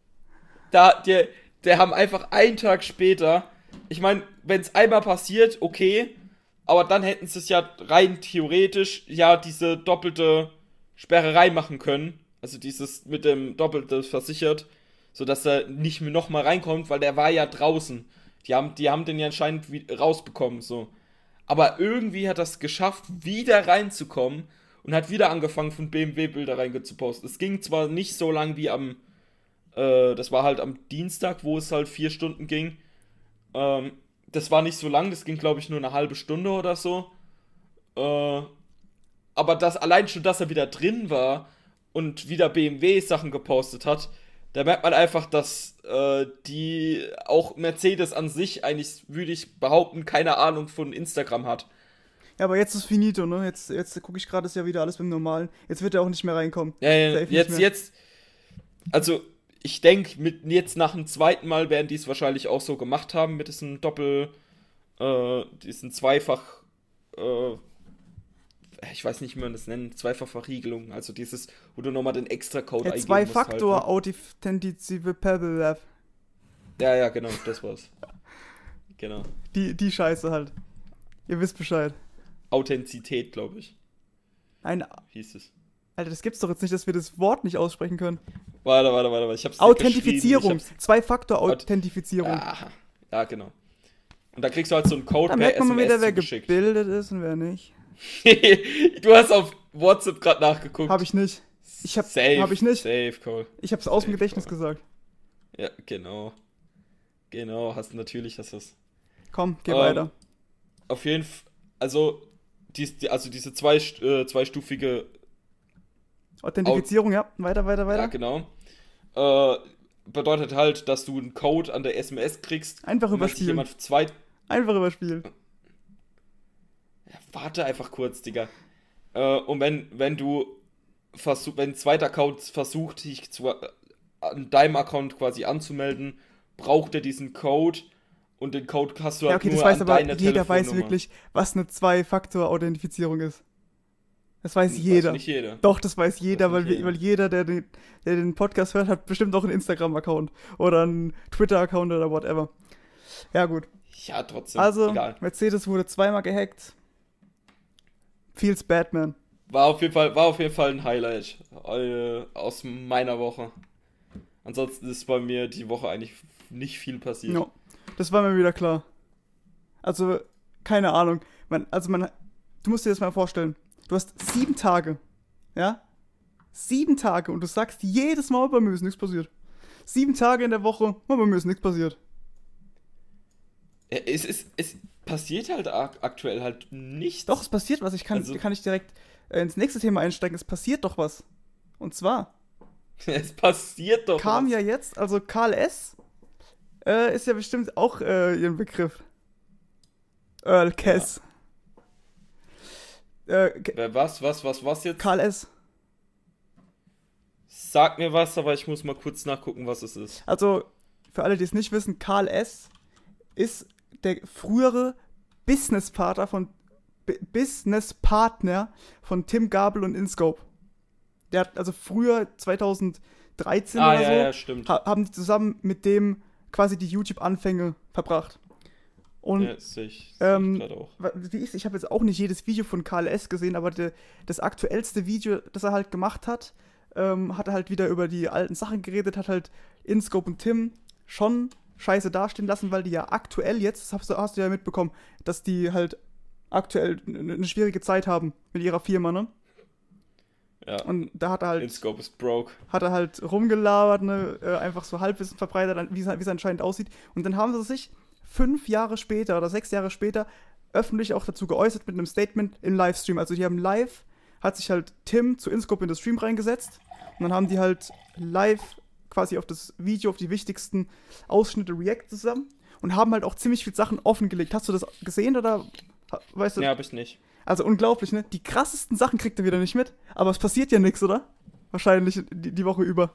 Der haben einfach einen Tag später, ich meine, wenn es einmal passiert, okay, aber dann hätten sie es ja rein theoretisch ja diese doppelte Sperrerei machen können, also dieses mit dem doppelten versichert, sodass er nicht mehr nochmal reinkommt, weil der war ja draußen. Die haben den ja anscheinend rausbekommen, so. Aber irgendwie hat er es geschafft, wieder reinzukommen und hat wieder angefangen, von BMW Bilder reinzuposten. Es ging zwar nicht so lang wie das war halt am Dienstag, wo es halt 4 Stunden ging. Das war nicht so lang, das ging, glaube ich, nur eine halbe Stunde oder so. Aber allein schon, dass er wieder drin war und wieder BMW-Sachen gepostet hat, da merkt man einfach, dass die auch Mercedes an sich eigentlich, würde ich behaupten, keine Ahnung von Instagram hat. Ja, aber jetzt ist finito, ne? Jetzt gucke ich gerade, ist ja wieder alles beim Normalen. Jetzt wird er auch nicht mehr reinkommen. Ja, jetzt, also ich denke, jetzt nach dem zweiten Mal werden die es wahrscheinlich auch so gemacht haben, mit diesem diesen Zweifach, ich weiß nicht, wie man das nennt, Zweifachverriegelung, also dieses, wo du nochmal den Extra-Code eingeben musst. Zwei-Faktor halt, Authenticative Pebble. Ja, genau, das war's. Genau. Die Scheiße halt. Ihr wisst Bescheid. Authentizität, glaube ich, Ein, hieß es. Alter, das gibt's doch jetzt nicht, dass wir das Wort nicht aussprechen können. Warte, ich hab's Authentifizierung. Zwei-Faktor-Authentifizierung. Ja, genau. Und da kriegst du halt so einen Code Da per merkt man mal wieder, SMS wer zugeschickt. gebildet ist und wer nicht. Du hast auf WhatsApp gerade nachgeguckt. Hab ich nicht. Safe, hab ich nicht. Safe, Cole. Ich hab's aus dem Safe, Gedächtnis Cole. gesagt. Ja, genau. Genau, natürlich hast du es. Komm, geh weiter. Auf jeden Fall, also, diese zweistufige, Authentifizierung, ja. Weiter. ja, genau, bedeutet halt, dass du einen Code an der SMS kriegst. Einfach und wenn sich überspielen. Einfach überspielen. Ja, warte einfach kurz, Digga. Und wenn ein zweiter Account versucht, dich an deinem Account quasi anzumelden, braucht er diesen Code und den Code hast du Ja, halt okay, nur das weiß an aber deiner jeder weiß Telefonnummer. wirklich, was eine Zwei-Faktor-Authentifizierung ist. Das weiß Weiß jeder. nicht jeder. Doch, das weiß jeder, Weiß nicht weil jeder, der den Podcast hört, hat bestimmt auch einen Instagram-Account oder einen Twitter-Account oder whatever. Ja, gut. Ja, trotzdem. Also, Egal. Mercedes wurde zweimal gehackt. Feels Batman. War auf jeden Fall ein Highlight aus meiner Woche. Ansonsten ist bei mir die Woche eigentlich nicht viel passiert. No, das war mir wieder klar. Also, keine Ahnung. Du musst dir das mal vorstellen. Du hast 7 Tage. Ja? 7 Tage und du sagst jedes Mal, bei mir ist nichts passiert. 7 Tage in der Woche, bei mir ist nichts passiert. Es passiert halt aktuell halt nichts. Doch, es passiert was. Kann ich direkt ins nächste Thema einsteigen. Es passiert doch was. Und zwar Es passiert doch kam was. ja jetzt, also Karl S. Ist ja bestimmt auch ihren Begriff. Earl Cass. Was jetzt? Karl S. Sag mir was, aber ich muss mal kurz nachgucken, was es ist. Also, für alle, die es nicht wissen, Karl S. ist der frühere Businesspartner von Tim Gabel und InScope. Der hat also früher, 2013 oder so, Ja, stimmt. haben die zusammen mit dem quasi die YouTube-Anfänge verbracht. Und Ja, sehe ich gerade auch. ich habe jetzt auch nicht jedes Video von Karl S. gesehen, aber das aktuellste Video, das er halt gemacht hat, hat er halt wieder über die alten Sachen geredet, hat halt InScope und Tim schon scheiße dastehen lassen, weil die ja aktuell jetzt, das hast du ja mitbekommen, dass die halt aktuell eine schwierige Zeit haben mit ihrer Firma, ne? Ja. Und da hat er halt InScope ist broke. rumgelabert, ne? Einfach so Halbwissen verbreitet, wie es anscheinend aussieht. Und dann haben sie sich 5 Jahre später oder 6 Jahre später öffentlich auch dazu geäußert mit einem Statement im Livestream. Also die haben hat sich halt Tim zu InScope in das Stream reingesetzt und dann haben die halt live quasi auf das Video, auf die wichtigsten Ausschnitte react zusammen und haben halt auch ziemlich viel Sachen offengelegt. Hast du das gesehen oder weißt du? Nee, hab ich nicht. Also unglaublich, ne? Die krassesten Sachen kriegt er wieder nicht mit, aber es passiert ja nichts, oder? Wahrscheinlich die Woche über.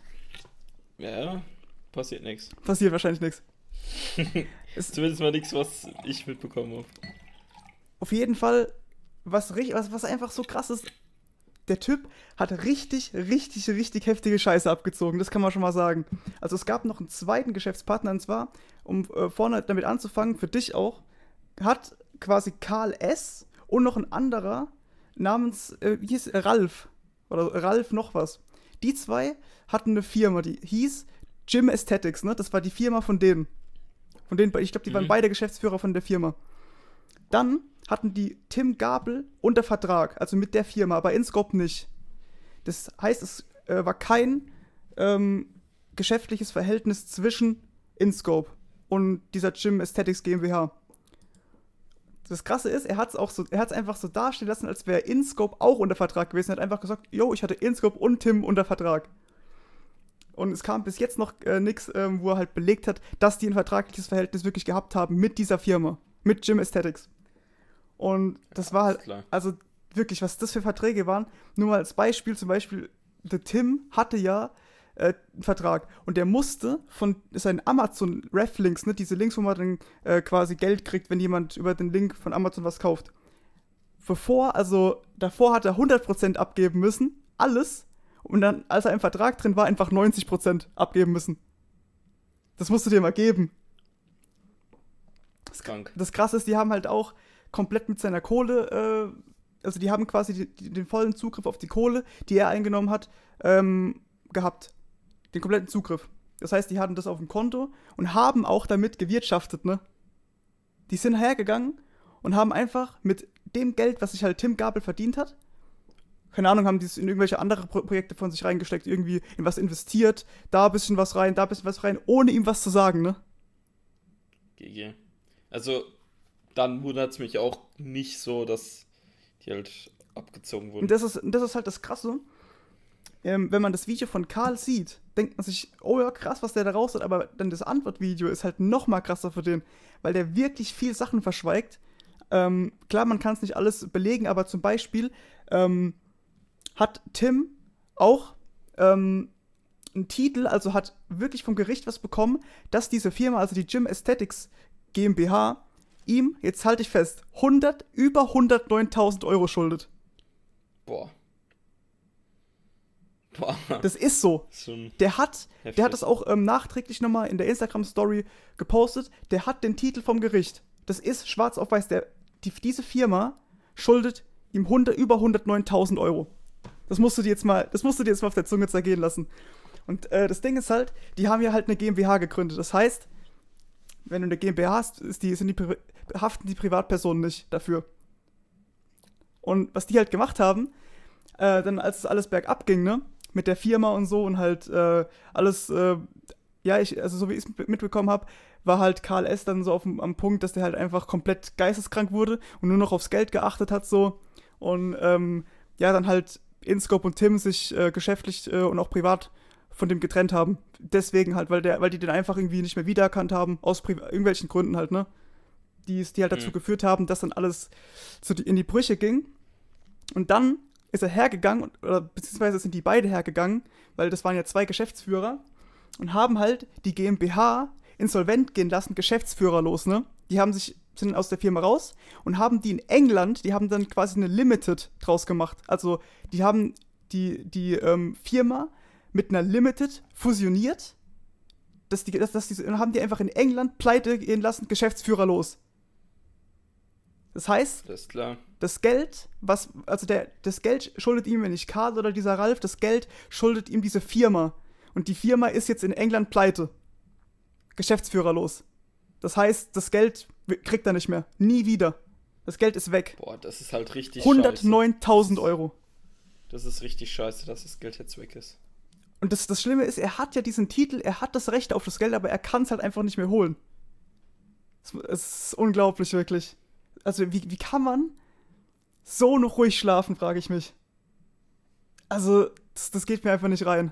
Ja, passiert nichts. Passiert wahrscheinlich nichts. Zumindest mal nichts, was ich mitbekommen habe. Auf jeden Fall, was einfach so krass ist, der Typ hat richtig heftige Scheiße abgezogen, das kann man schon mal sagen. Also es gab noch einen zweiten Geschäftspartner, und zwar, um vorne damit anzufangen, für dich auch, hat quasi Karl S. und noch ein anderer namens, wie hieß Ralf, oder Ralf noch was. Die zwei hatten eine Firma, die hieß Gym Aesthetics, ne? Das war die Firma von denen. Ich glaube, die waren beide Geschäftsführer von der Firma. Dann hatten die Tim Gabel unter Vertrag, also mit der Firma, aber InScope nicht. Das heißt, es war kein geschäftliches Verhältnis zwischen InScope und dieser Gym Aesthetics GmbH. Das Krasse ist, er hat es einfach so dastehen lassen, als wäre InScope auch unter Vertrag gewesen. Er hat einfach gesagt, yo, ich hatte InScope und Tim unter Vertrag. Und es kam bis jetzt noch nichts, wo er halt belegt hat, dass die ein vertragliches Verhältnis wirklich gehabt haben mit dieser Firma, mit Gym Aesthetics. Und das war halt, klar. also wirklich, was das für Verträge waren. Nur mal als Beispiel, zum Beispiel, der Tim hatte ja einen Vertrag und der musste von seinen Amazon-Ref-Links, ne, diese Links, wo man dann quasi Geld kriegt, wenn jemand über den Link von Amazon was kauft. Davor hat er 100% abgeben müssen, alles. Und dann, als er im Vertrag drin war, einfach 90% abgeben müssen. Das musst du dir mal geben. Das ist krank. Das Krasse ist, die haben halt auch komplett mit seiner Kohle, also die haben quasi den vollen Zugriff auf die Kohle, die er eingenommen hat, gehabt. Den kompletten Zugriff. Das heißt, die hatten das auf dem Konto und haben auch damit gewirtschaftet, ne? Die sind hergegangen und haben einfach mit dem Geld, was sich halt Tim Gabel verdient hat, keine Ahnung, haben die es in irgendwelche andere Projekte von sich reingesteckt, irgendwie in was investiert, da ein bisschen was rein, da ein bisschen was rein, ohne ihm was zu sagen, ne? GG. Also, dann wundert es mich auch nicht so, dass die halt abgezogen Und wurden. das ist halt das Krasse. Wenn man das Video von Karl sieht, denkt man sich, oh ja, krass, was der da raus hat, aber dann das Antwortvideo ist halt noch mal krasser für den, weil der wirklich viel Sachen verschweigt. Klar, man kann es nicht alles belegen, aber zum Beispiel hat Tim auch einen Titel, also hat wirklich vom Gericht was bekommen, dass diese Firma, also die Gym Aesthetics GmbH, ihm, jetzt halte ich fest, über 109.000 Euro schuldet. Boah. Boah. Das ist so. Schon Der hat heftig. das auch nachträglich nochmal in der Instagram-Story gepostet. Der hat den Titel vom Gericht. Das ist schwarz auf weiß. Diese Firma schuldet ihm über 109.000 Euro. Das musst du dir jetzt mal auf der Zunge zergehen lassen. Und das Ding ist halt, die haben ja halt eine GmbH gegründet. Das heißt, wenn du eine GmbH hast, haften die Privatpersonen nicht dafür. Und was die halt gemacht haben, dann als es alles bergab ging, ne, mit der Firma und so und halt alles, also so wie ich es mitbekommen habe, war halt Karl S. dann so am Punkt, dass der halt einfach komplett geisteskrank wurde und nur noch aufs Geld geachtet hat so und dann halt InScope und Tim sich geschäftlich und auch privat von dem getrennt haben. Deswegen halt, weil die den einfach irgendwie nicht mehr wiedererkannt haben, aus irgendwelchen Gründen halt, ne, die halt dazu geführt haben, dass dann alles in die Brüche ging. Und dann ist er hergegangen, beziehungsweise sind die beide hergegangen, weil das waren ja 2 Geschäftsführer und haben halt die GmbH insolvent gehen lassen, geschäftsführerlos, ne? Sind aus der Firma raus und haben die in England, die haben dann quasi eine Limited draus gemacht. Also die haben die Firma mit einer Limited fusioniert, und haben die einfach in England pleite gehen lassen, geschäftsführerlos. Das heißt, Das ist klar. das Geld, das Geld schuldet ihm ja nicht Karl oder dieser Ralf, das Geld schuldet ihm diese Firma. Und die Firma ist jetzt in England pleite. Geschäftsführerlos. Das heißt, das Geld kriegt er nicht mehr. Nie wieder. Das Geld ist weg. Boah, das ist halt richtig 109.000 Euro. Das ist richtig scheiße, dass das Geld jetzt weg ist. Und das Schlimme ist, er hat ja diesen Titel, er hat das Recht auf das Geld, aber er kann es halt einfach nicht mehr holen. Es ist unglaublich, wirklich. Also, wie kann man so noch ruhig schlafen, frage ich mich. Also, das geht mir einfach nicht rein.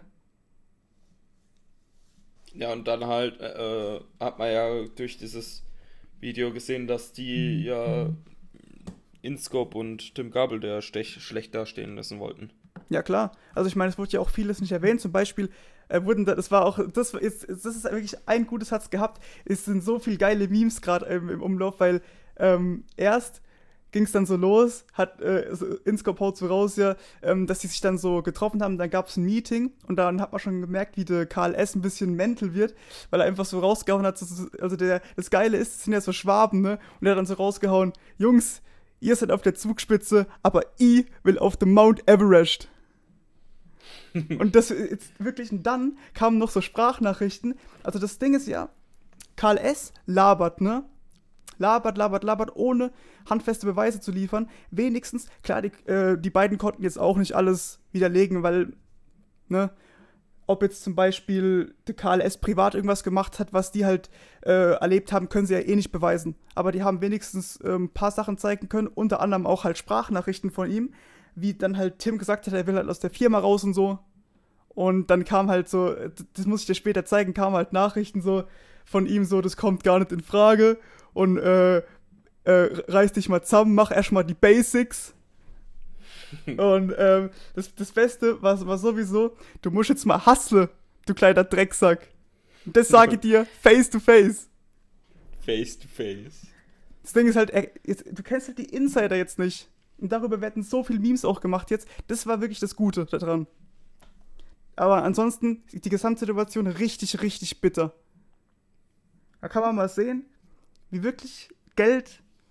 Ja, und dann halt hat man ja durch dieses Video gesehen, dass die ja InScope und Tim Gabel der schlecht dastehen lassen wollten. Ja, klar. Also, ich meine, es wurde ja auch vieles nicht erwähnt. Zum Beispiel das ist wirklich ein gutes Satz gehabt. Es sind so viele geile Memes gerade im Umlauf, weil erst ging es dann so los, InScope haut so raus, ja, dass die sich dann so getroffen haben, dann gab es ein Meeting und dann hat man schon gemerkt, wie der Karl S. ein bisschen mental wird, weil er einfach so rausgehauen hat, also das Geile ist, es sind ja so Schwaben, ne, und er hat dann so rausgehauen, Jungs, ihr seid auf der Zugspitze, aber ich will auf dem Mount Everest. Und das jetzt wirklich, und dann kamen noch so Sprachnachrichten, also das Ding ist ja, Karl S. labert, ne, labert, ohne handfeste Beweise zu liefern. Wenigstens, klar, die beiden konnten jetzt auch nicht alles widerlegen, weil, ne, ob jetzt zum Beispiel der Karl S. privat irgendwas gemacht hat, was die halt erlebt haben, können sie ja eh nicht beweisen. Aber die haben wenigstens ein paar Sachen zeigen können, unter anderem auch halt Sprachnachrichten von ihm, wie dann halt Tim gesagt hat, er will halt aus der Firma raus und so. Und dann kam halt so, das muss ich dir später zeigen, kamen halt Nachrichten so von ihm so, das kommt gar nicht in Frage. Und reiß dich mal zusammen, mach erstmal die Basics. Und das Beste war sowieso, du musst jetzt mal hustlen, du kleiner Drecksack. Und das sage ich dir face to face. Face to face. Das Ding ist halt, du kennst halt die Insider jetzt nicht. Und darüber werden so viele Memes auch gemacht jetzt. Das war wirklich das Gute daran. Aber ansonsten, die Gesamtsituation richtig, richtig bitter. Da kann man mal sehen, wie wirklich Geld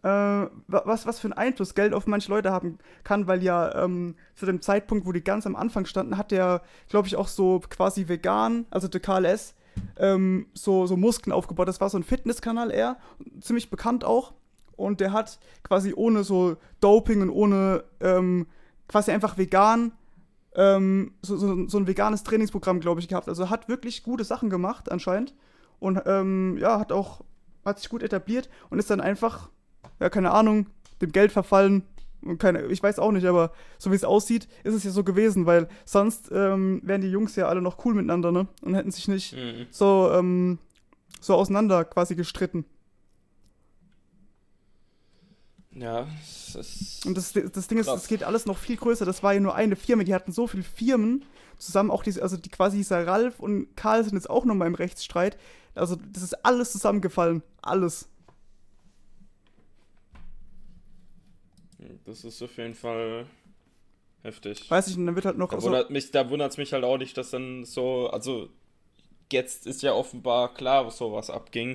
was für einen Einfluss Geld auf manche Leute haben kann, weil ja zu dem Zeitpunkt, wo die ganz am Anfang standen, hat der, glaube ich, auch so quasi vegan, also der KLS, so Muskeln aufgebaut. Das war so ein Fitnesskanal eher, ziemlich bekannt auch. Und der hat quasi ohne so Doping und ohne quasi einfach vegan so ein veganes Trainingsprogramm, glaube ich, gehabt. Also hat wirklich gute Sachen gemacht anscheinend. Und ja, hat sich gut etabliert und ist dann einfach, ja, keine Ahnung, dem Geld verfallen. Und ich weiß auch nicht, aber so wie es aussieht, ist es ja so gewesen, weil sonst wären die Jungs ja alle noch cool miteinander, ne? Und hätten sich nicht so auseinander quasi gestritten. Ja, es ist Und das Ding ist, krass. es geht alles noch viel größer. Das war ja nur eine Firma, die hatten so viele Firmen zusammen, auch also die quasi dieser Ralf und Karl sind jetzt auch nochmal im Rechtsstreit. Also das ist alles zusammengefallen. Alles. Das ist auf jeden Fall heftig. Weiß ich, und dann wird halt noch Da wundert es mich halt auch nicht, dass dann so, also jetzt ist ja offenbar klar, was sowas abging.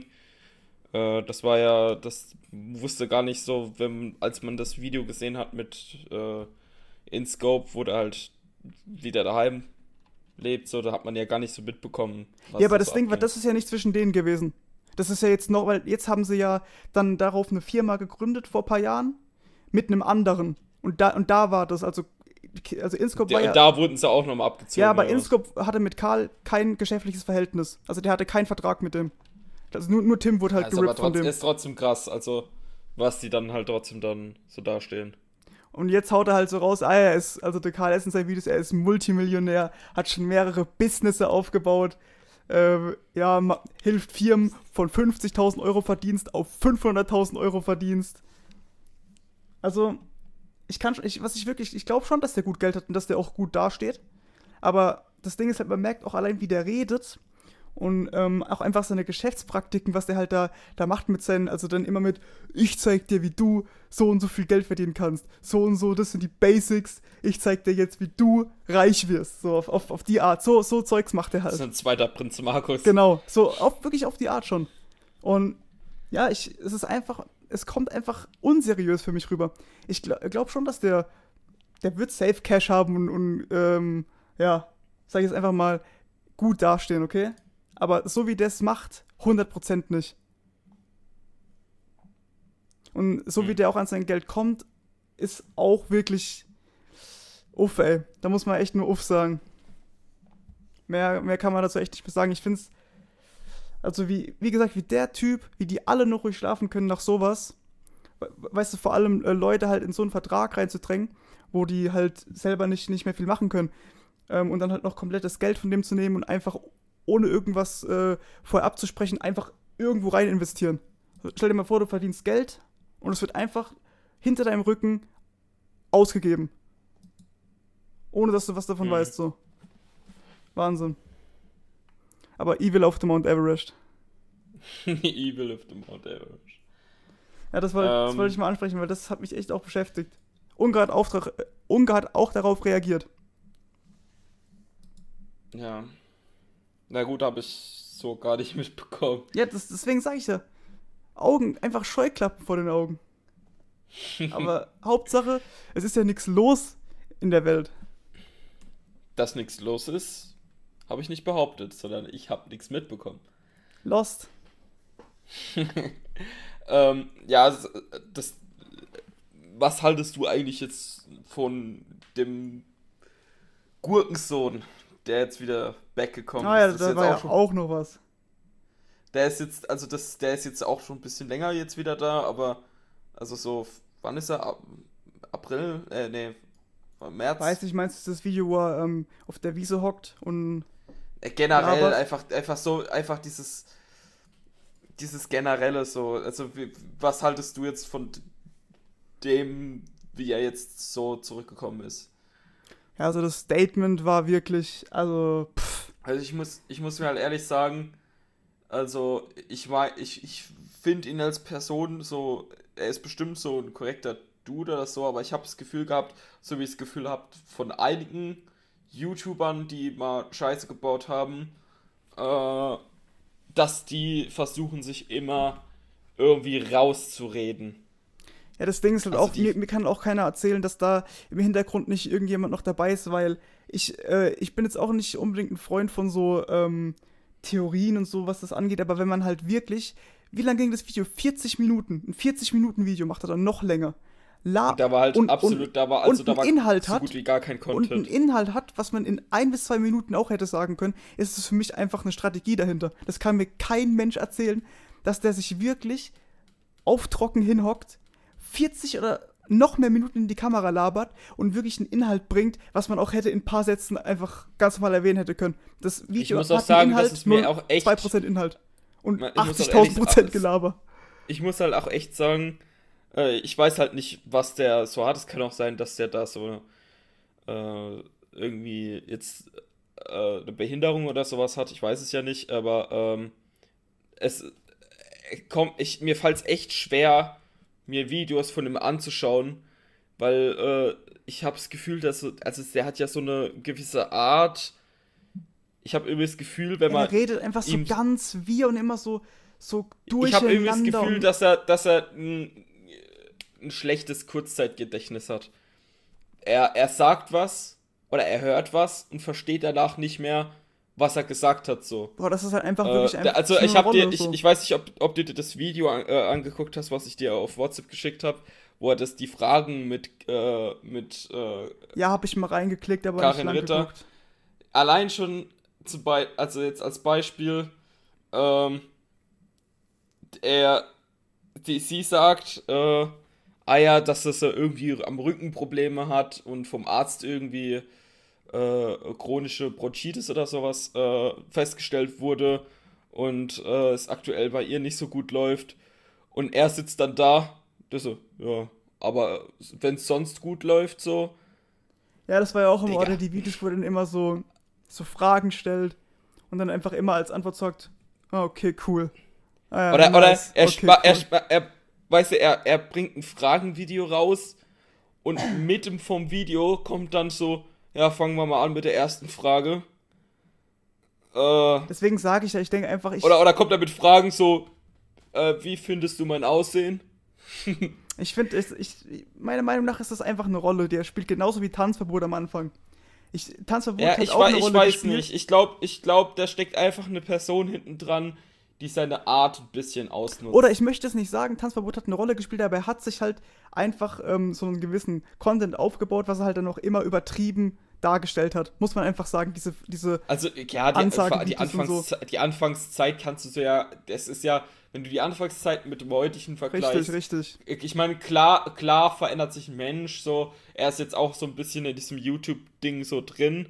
Das wusste gar nicht so, als man das Video gesehen hat mit InScope, wo der halt wieder daheim lebt, so, da hat man ja gar nicht so mitbekommen, was ja, aber da das so Ding war, abging. das ist ja nicht zwischen denen gewesen. Das ist ja jetzt noch, weil jetzt haben sie ja dann darauf eine Firma gegründet vor ein paar Jahren mit einem anderen. Und da war das, also InScope war ja. Da wurden sie auch nochmal abgezogen. Ja, aber oder was? InScope hatte mit Karl kein geschäftliches Verhältnis. Also der hatte keinen Vertrag mit dem. Also nur Tim wurde halt Also aber gerippt von dem. ist trotzdem krass, also was die dann halt trotzdem dann so dastehen. Und jetzt haut er halt so raus, also der Karl S. in seinen Videos, er ist Multimillionär, hat schon mehrere Businesses aufgebaut, ja, hilft Firmen von 50.000 Euro Verdienst auf 500.000 Euro Verdienst. Also, ich glaube schon, dass der gut Geld hat und dass der auch gut dasteht. Aber das Ding ist halt, man merkt auch allein, wie der redet und auch einfach seine Geschäftspraktiken, was der halt da macht mit seinen, also dann immer mit, ich zeig dir, wie du so und so viel Geld verdienen kannst. So und so, das sind die Basics. Ich zeig dir jetzt, wie du reich wirst. So auf die Art. So Zeugs macht er Das ist halt. ein zweiter Prinz Markus. Genau, wirklich auf die Art schon. Und ja, es kommt einfach unseriös für mich rüber. Ich glaube schon, dass der wird Safe Cash haben und ja, sag ich jetzt einfach mal, gut dastehen, okay? Aber so wie der es macht, 100% nicht. Und so wie der auch an sein Geld kommt, ist auch wirklich uff, ey. Da muss man echt nur uff sagen. Mehr kann man dazu echt nicht mehr sagen. Ich finde es, also wie gesagt, wie der Typ, wie die alle noch ruhig schlafen können nach sowas, weißt du, vor allem Leute halt in so einen Vertrag reinzudrängen, wo die halt selber nicht mehr viel machen können. Und dann halt noch komplettes Geld von dem zu nehmen und einfach ohne irgendwas vorher abzusprechen, einfach irgendwo rein investieren. Stell dir mal vor, du verdienst Geld und es wird einfach hinter deinem Rücken ausgegeben. Ohne dass du was davon weißt, so. Wahnsinn. Aber Evil auf the Mount Everest. Evil of the Mount Everest. Ja, das wollte ich mal ansprechen, weil das hat mich echt auch beschäftigt. Ungar hat auch darauf reagiert. Ja. Na gut, habe ich so gar nicht mitbekommen. Ja, deswegen sage ich ja. Einfach Scheuklappen vor den Augen. Aber Hauptsache, es ist ja nichts los in der Welt. Dass nichts los ist, habe ich nicht behauptet, sondern ich habe nichts mitbekommen. Lost. Ja, was haltest du eigentlich jetzt von dem Gurkensohn, der jetzt wieder weggekommen Ah ja, ist? Das ist da jetzt war ja schon, auch noch was. der ist jetzt, der ist jetzt auch schon ein bisschen länger jetzt wieder da, aber also so, wann ist er? April? Nee, März? Weiß nicht, meinst du das Video, wo er auf der Wiese hockt und Generell labert? einfach dieses generelle so, also was haltest du jetzt von dem, wie er jetzt so zurückgekommen ist? Ja, also das Statement war wirklich, also, Also ich muss mir halt ehrlich sagen, also ich finde ihn als Person so, er ist bestimmt so ein korrekter Dude oder so, aber ich habe das Gefühl gehabt, so wie ich das Gefühl habe von einigen YouTubern, die mal Scheiße gebaut haben, dass die versuchen sich immer irgendwie rauszureden. Ja, das Ding ist halt Also auch, mir kann auch keiner erzählen, dass da im Hintergrund nicht irgendjemand noch dabei ist, weil ich bin jetzt auch nicht unbedingt ein Freund von so Theorien und so, was das angeht, aber wenn man halt wirklich, wie lang ging das Video? 40 Minuten. Ein 40-Minuten-Video macht er dann noch länger. und da war halt absolut, Und da einen war Inhalt so gut hat, wie gar kein und einen Content. Inhalt hat, was man in 1 bis 2 Minuten auch hätte sagen können, ist es für mich einfach eine Strategie dahinter. Das kann mir kein Mensch erzählen, dass der sich wirklich auf trocken hinhockt, 40 oder noch mehr Minuten in die Kamera labert und wirklich einen Inhalt bringt, was man auch hätte in ein paar Sätzen einfach ganz normal erwähnen hätte können. Das Ich Video muss auch hat sagen, einen Inhalt, dass es mir nur auch echt, 2% Inhalt und ich muss auch ehrlich 80.000% Gelaber. ich muss halt auch echt sagen, ich weiß halt nicht, was der so hat. Es kann auch sein, dass der da so irgendwie jetzt eine Behinderung oder sowas hat. Ich weiß es ja nicht, aber es mir fällt es echt schwer, mir Videos von ihm anzuschauen, weil ich habe das Gefühl, dass also der hat ja so eine gewisse Art. Ich habe irgendwie das Gefühl, wenn Ja, man der redet einfach so ihm ganz wir und immer so ich habe irgendwie das durcheinander Gefühl, und dass er ein schlechtes Kurzzeitgedächtnis hat. Er sagt was oder er hört was und versteht danach nicht mehr, was er gesagt hat, so. boah, das ist halt einfach wirklich einfach Also so ich eine habe dir, Rolle so. ich weiß nicht, ob du dir das Video angeguckt hast, was ich dir auf WhatsApp geschickt habe, wo er die Fragen mit Ja, habe ich mal reingeklickt, aber nicht Karin lang Ritter, geguckt. allein schon also jetzt als Beispiel, ähm, sie sagt, ja, dass es irgendwie am Rücken Probleme hat und vom Arzt irgendwie chronische Bronchitis oder sowas festgestellt wurde und es aktuell bei ihr nicht so gut läuft. Und er sitzt dann da, das so, ja, aber wenn es sonst gut läuft, so, Ja, das war ja auch immer, Digga. oder die Videos, wo er dann immer so Fragen stellt und dann einfach immer als Antwort sagt, ah, okay, cool. Ah, ja, Oder nice. er, Okay, cool. weißt du, er bringt ein Fragenvideo raus und mitten vom Video kommt dann so, ja, fangen wir mal an mit der ersten Frage. Äh, Deswegen sage ich ja, ich denke einfach, oder kommt er mit Fragen so, wie findest du mein Aussehen? ich finde, meiner Meinung nach ist das einfach eine Rolle, die er spielt, genauso wie Tanzverbot am Anfang. Tanzverbot Ja, hat auch eine ich Rolle weiß gespielt. nicht. Ich glaub, da steckt einfach eine Person hinten dran, die seine Art ein bisschen Oder ausnutzt. ich möchte es nicht sagen, Tanzverbot hat eine Rolle gespielt, aber er hat sich halt einfach so einen gewissen Content aufgebaut, was er halt dann auch immer übertrieben dargestellt hat. Muss man einfach sagen, diese Also, ja, Ansagevideos und so. Die Anfangszeit kannst du so ja, das ist ja, wenn du die Anfangszeit mit dem heutigen Richtig, vergleichst, richtig. ich meine, klar verändert sich ein Mensch, so, er ist jetzt auch so ein bisschen in diesem YouTube-Ding so drin,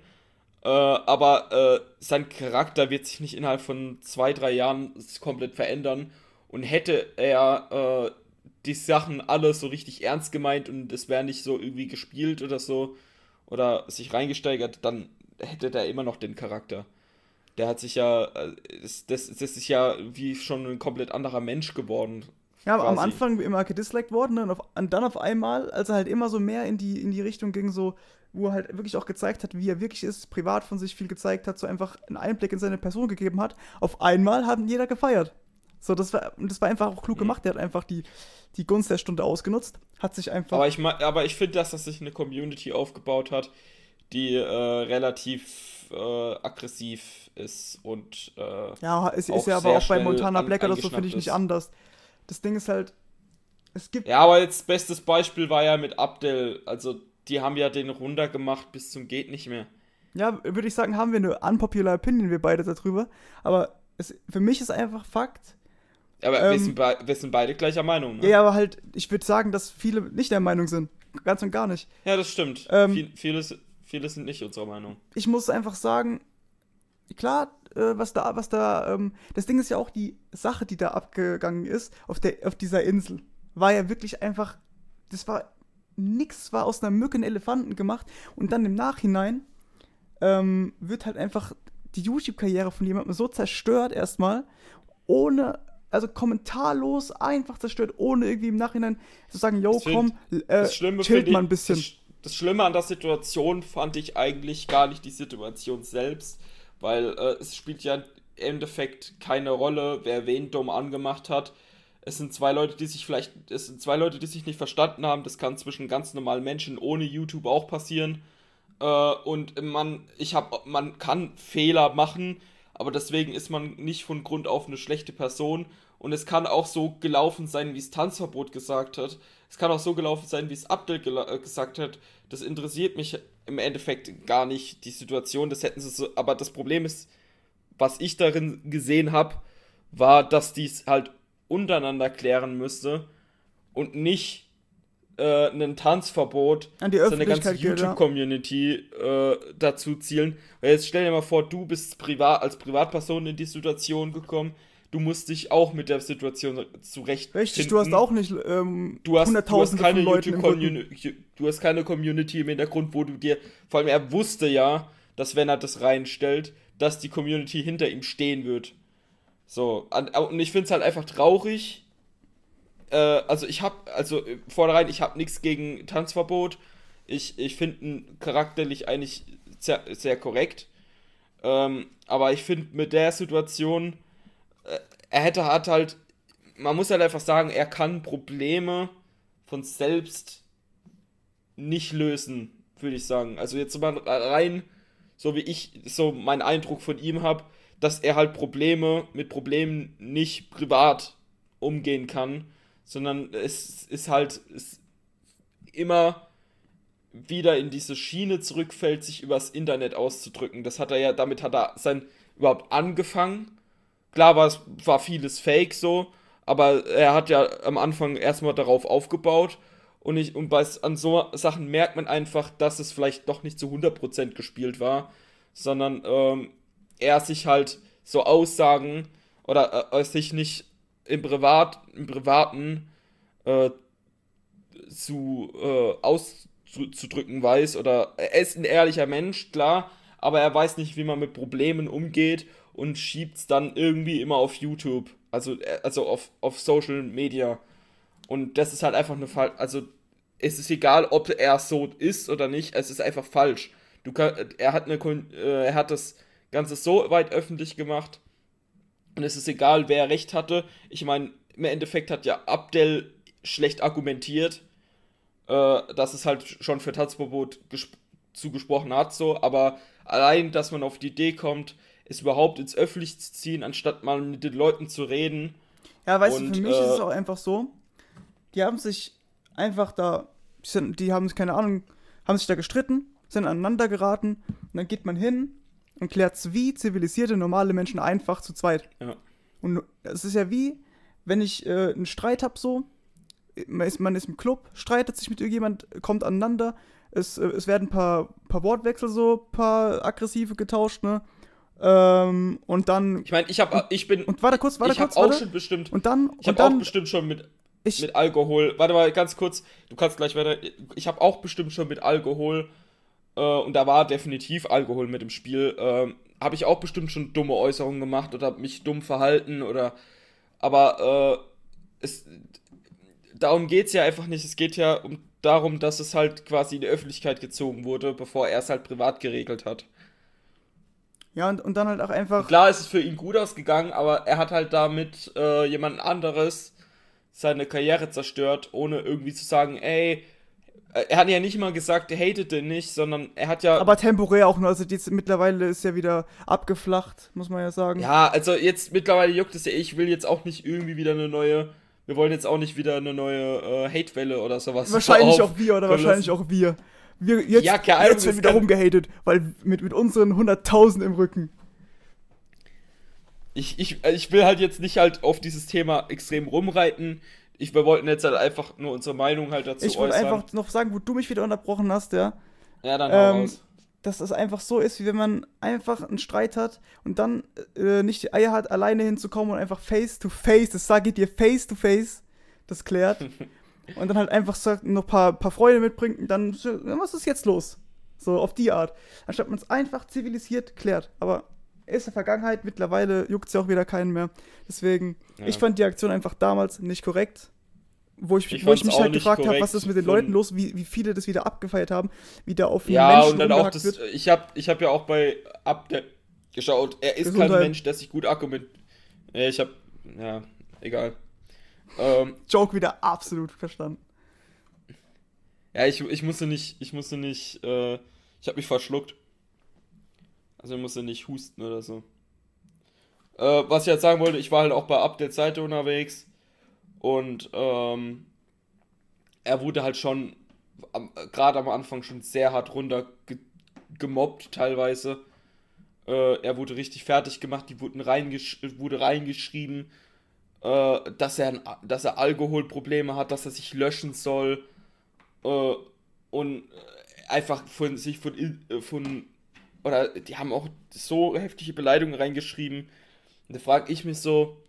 aber sein Charakter wird sich nicht innerhalb von 2, 3 Jahren komplett verändern und hätte er die Sachen alle so richtig ernst gemeint und es wäre nicht so irgendwie gespielt oder so oder sich reingesteigert, dann hätte der immer noch den Charakter. Der hat sich ja, das ist ja wie schon ein komplett anderer Mensch geworden, Ja, am quasi. Anfang immer gedisliked worden, ne? Und dann auf einmal, als er halt immer so mehr in die Richtung ging, so, wo er halt wirklich auch gezeigt hat, wie er wirklich ist, privat von sich viel gezeigt hat, so einfach einen Einblick in seine Person gegeben hat, auf einmal haben jeder gefeiert. So, das war einfach auch klug Mhm. gemacht, der hat einfach die Gunst der Stunde ausgenutzt, hat sich einfach, Aber ich finde, dass sich eine Community aufgebaut hat, die relativ aggressiv ist und ja, es ist auch ja aber sehr auch bei schnell Montana Black oder so, finde eingeschnappt ich nicht ist. anders. Das Ding ist halt, es gibt, Ja, aber jetzt bestes Beispiel war ja mit Abdel. Also, die haben ja den runtergemacht bis zum geht nicht mehr. ja, würde ich sagen, haben wir eine unpopular Opinion, wir beide darüber, aber für mich ist einfach Fakt, Aber ähm, wir sind beide gleicher Meinung, ja, ne? ja, aber halt, ich würde sagen, dass viele nicht der Meinung sind. Ganz und gar nicht. Ja, das stimmt. Ähm, Viele sind nicht unserer Meinung. Ich muss einfach sagen, klar, das Ding ist ja auch die Sache, die da abgegangen ist, auf dieser Insel. War ja wirklich einfach, das war, nix war aus einer Mücke einen Elefanten gemacht und dann im Nachhinein wird halt einfach die YouTube-Karriere von jemandem so zerstört erstmal, ohne, also kommentarlos einfach zerstört, ohne irgendwie im Nachhinein zu sagen, yo, Ich finde, komm, das Schlimme chillt finde mal ein ich, bisschen. das Schlimme an der Situation fand ich eigentlich gar nicht die Situation selbst, weil es spielt ja im Endeffekt keine Rolle, wer wen dumm angemacht hat. es sind zwei Leute, die sich nicht verstanden haben. Das kann zwischen ganz normalen Menschen ohne YouTube auch passieren. Und man kann Fehler machen, aber deswegen ist man nicht von Grund auf eine schlechte Person. Und es kann auch so gelaufen sein, wie es Tanzverbot gesagt hat. Es kann auch so gelaufen sein, wie es Abdel gesagt hat. Das interessiert mich im Endeffekt gar nicht, die Situation. Das hätten sie so. Aber das Problem ist, was ich darin gesehen habe, war, dass die es halt untereinander klären müsste und nicht ein Tanzverbot, An die seine ganze Öffentlichkeit geht, ja. YouTube-Community dazu zielen. Weil jetzt stell dir mal vor, du bist als Privatperson in die Situation gekommen, du musst dich auch mit der Situation zurechtfinden. Richtig, du hast auch nicht Du hast Hunderttausende keine von Leuten im Rücken. YouTube-Community, du hast keine Community im Hintergrund, wo du dir, vor allem er wusste ja, dass wenn er das reinstellt, dass die Community hinter ihm stehen wird. So, und ich finde es halt einfach traurig. Ich habe nichts gegen Tanzverbot. Ich finde ihn charakterlich eigentlich sehr, sehr korrekt. Aber ich finde mit der Situation, man muss halt einfach sagen, er kann Probleme von selbst nicht lösen, würde ich sagen. Also jetzt mal rein, so wie ich so meinen Eindruck von ihm habe, dass er halt mit Problemen nicht privat umgehen kann, sondern es ist immer wieder in diese Schiene zurückfällt, sich übers Internet auszudrücken. Damit hat er überhaupt angefangen. Klar war vieles Fake so, aber er hat ja am Anfang erstmal darauf aufgebaut und an so Sachen merkt man einfach, dass es vielleicht doch nicht zu 100% gespielt war, sondern er sich halt so Aussagen oder sich nicht im Privaten auszudrücken weiß, oder er ist ein ehrlicher Mensch, klar, aber er weiß nicht, wie man mit Problemen umgeht und schiebt es dann irgendwie immer auf YouTube, also auf Social Media. Und das ist halt einfach also es ist egal, ob er so ist oder nicht, es ist einfach falsch. Er hat das Ganze so weit öffentlich gemacht und es ist egal, wer recht hatte. Ich meine, im Endeffekt hat ja Abdel schlecht argumentiert, dass es halt schon für Tanzverbot zugesprochen hat, so, aber allein, dass man auf die Idee kommt, es überhaupt ins Öffentliche zu ziehen, anstatt mal mit den Leuten zu reden. Ja, weißt du, für mich ist es auch einfach so, die haben sich einfach die haben, keine Ahnung, haben sich da gestritten, sind aneinander geraten und dann geht man hin und klärt's wie zivilisierte, normale Menschen einfach zu zweit. Ja. Und es ist ja wie, wenn ich einen Streit habe so, man ist im Club, streitet sich mit irgendjemand, kommt aneinander, es werden ein paar Wortwechsel so, paar aggressive getauscht, ne? Und dann. Ich meine, warte kurz. Und dann. Auch bestimmt schon mit Alkohol. Warte mal, ganz kurz. Du kannst gleich weiter. Ich habe auch bestimmt schon mit Alkohol. Und da war definitiv Alkohol mit im Spiel. Habe ich auch bestimmt schon dumme Äußerungen gemacht oder mich dumm verhalten oder. Aber darum geht es ja einfach nicht. Es geht ja darum, dass es halt quasi in die Öffentlichkeit gezogen wurde, bevor er es halt privat geregelt hat. Ja, und dann halt auch einfach. Und klar ist es für ihn gut ausgegangen, aber er hat halt damit jemand anderes seine Karriere zerstört, ohne irgendwie zu sagen, ey, er hat ja nicht mal gesagt, er hatet den nicht, sondern er hat ja. Aber temporär auch nur, also jetzt mittlerweile ist ja wieder abgeflacht, muss man ja sagen. Ja, also jetzt mittlerweile juckt es ja, ich will jetzt auch nicht irgendwie wieder wir wollen jetzt auch nicht wieder eine neue Hatewelle oder sowas. Wahrscheinlich auch wir. Jetzt wird wieder rumgehatet, weil mit unseren 100.000 im Rücken. Ich will halt jetzt nicht halt auf dieses Thema extrem rumreiten. Wir wollten jetzt halt einfach nur unsere Meinung halt dazu äußern. Ich wollte einfach noch sagen, wo du mich wieder unterbrochen hast, ja. Ja, dann hau raus. Dass es einfach so ist, wie wenn man einfach einen Streit hat und dann nicht die Eier hat, alleine hinzukommen und einfach face to face, das sage ich dir, face to face, das klärt. Und dann halt einfach sagt, noch ein paar Freunde mitbringt und dann, was ist jetzt los? So, auf die Art. Anstatt man es einfach zivilisiert klärt. Aber ist in der Vergangenheit, mittlerweile juckt es ja auch wieder keinen mehr. Deswegen, ich fand die Aktion einfach damals nicht korrekt. Wo ich mich halt gefragt habe, was ist mit den Leuten los, wie viele das wieder abgefeiert haben, wie da auf den Menschen und dann auch das, wird. Ich hab ja auch bei Abdel geschaut, er ist Gesundheit. Kein Mensch, der sich gut argumentiert. Egal. Joke wieder absolut verstanden. Ja, ich musste nicht, ich habe mich verschluckt. Also ich musste nicht husten oder so. Was ich jetzt sagen wollte, ich war halt auch bei Update-Seite unterwegs und er wurde halt schon gerade am Anfang schon sehr hart runter gemobbt teilweise. Er wurde richtig fertig gemacht, wurde reingeschrieben, dass er Alkoholprobleme hat, dass er sich löschen soll und einfach oder die haben auch so heftige Beleidigungen reingeschrieben. Und da frage ich mich so,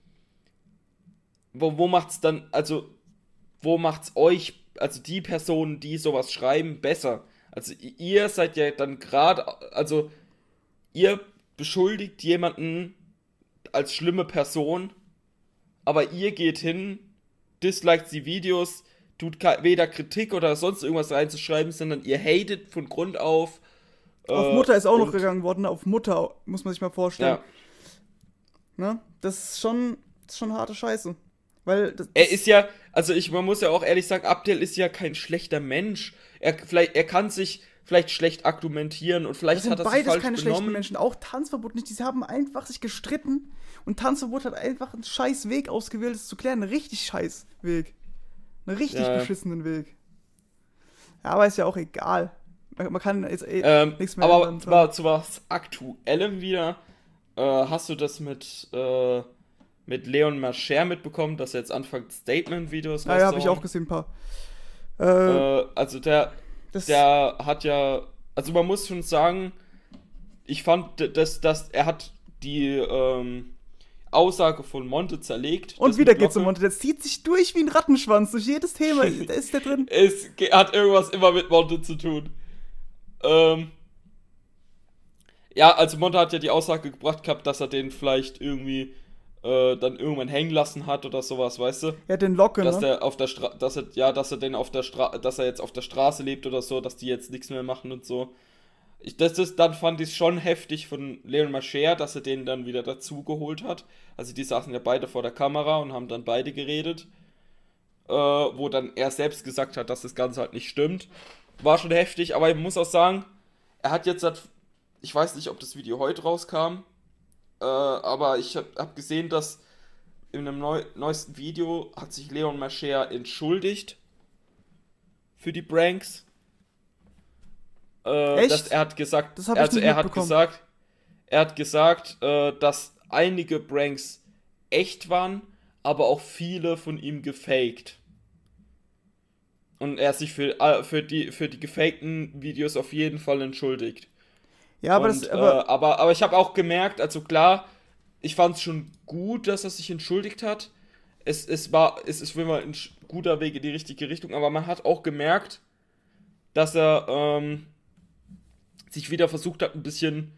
wo macht's dann, also wo macht's euch, also die Personen, die sowas schreiben, besser? Also ihr seid ja dann gerade, also ihr beschuldigt jemanden als schlimme Person, aber ihr geht hin, disliked die Videos, tut weder Kritik oder sonst irgendwas reinzuschreiben, sondern ihr hatet von Grund auf. Auf Mutter ist auch noch gegangen worden, auf Mutter muss man sich mal vorstellen. Ja. Ne? Das ist schon harte Scheiße. Weil er ist ja, also man muss ja auch ehrlich sagen, Abdel ist ja kein schlechter Mensch. Er kann sich vielleicht schlecht argumentieren und vielleicht hat er sich falsch beides keine benommen. schlechten Menschen. Auch Tanzverbot nicht. Die haben einfach sich gestritten und Tanzverbot hat einfach einen scheiß Weg ausgewählt, das zu klären. Einen richtig scheiß Weg. Einen richtig beschissenen Weg. Ja, aber ist ja auch egal. Man kann jetzt nichts mehr aber ändern. Aber zu was Aktuellem wieder. Hast du das mit Leon Mascher mitbekommen, dass er jetzt anfängt, Statement-Videos rauszuhauen? Ja, habe ich auch gesehen, ein paar. Also der hat ja, also man muss schon sagen, ich fand, dass er hat die Aussage von Monte zerlegt. Und wieder geht's um Monte, der zieht sich durch wie ein Rattenschwanz, durch jedes Thema, da ist der drin. Es hat irgendwas immer mit Monte zu tun. Ja, also Monte hat ja die Aussage gebracht gehabt, dass er den vielleicht irgendwie dann irgendwann hängen lassen hat oder sowas, weißt du? Ja, den Locke, dass ne? Der auf der dass er jetzt auf der Straße lebt oder so, dass die jetzt nichts mehr machen und so. Dann fand ich es schon heftig von Leon Mascher, dass er den dann wieder dazu geholt hat. Also die saßen ja beide vor der Kamera und haben dann beide geredet. Wo dann er selbst gesagt hat, dass das Ganze halt nicht stimmt. War schon heftig, aber ich muss auch sagen, er hat jetzt, ich weiß nicht, ob das Video heute rauskam, aber ich hab gesehen, dass in einem neuesten Video hat sich Leon Mascher entschuldigt für die Pranks. Echt? Er hat gesagt, das hab ich nicht mitbekommen. Er hat gesagt, dass einige Pranks echt waren, aber auch viele von ihm gefaked. Und er sich für die gefakten Videos auf jeden Fall entschuldigt. Ja, aber aber ich habe auch gemerkt, also klar, ich fand es schon gut, dass er sich entschuldigt hat. Es ist mal ein guter Weg in die richtige Richtung, aber man hat auch gemerkt, dass er sich wieder versucht hat, ein bisschen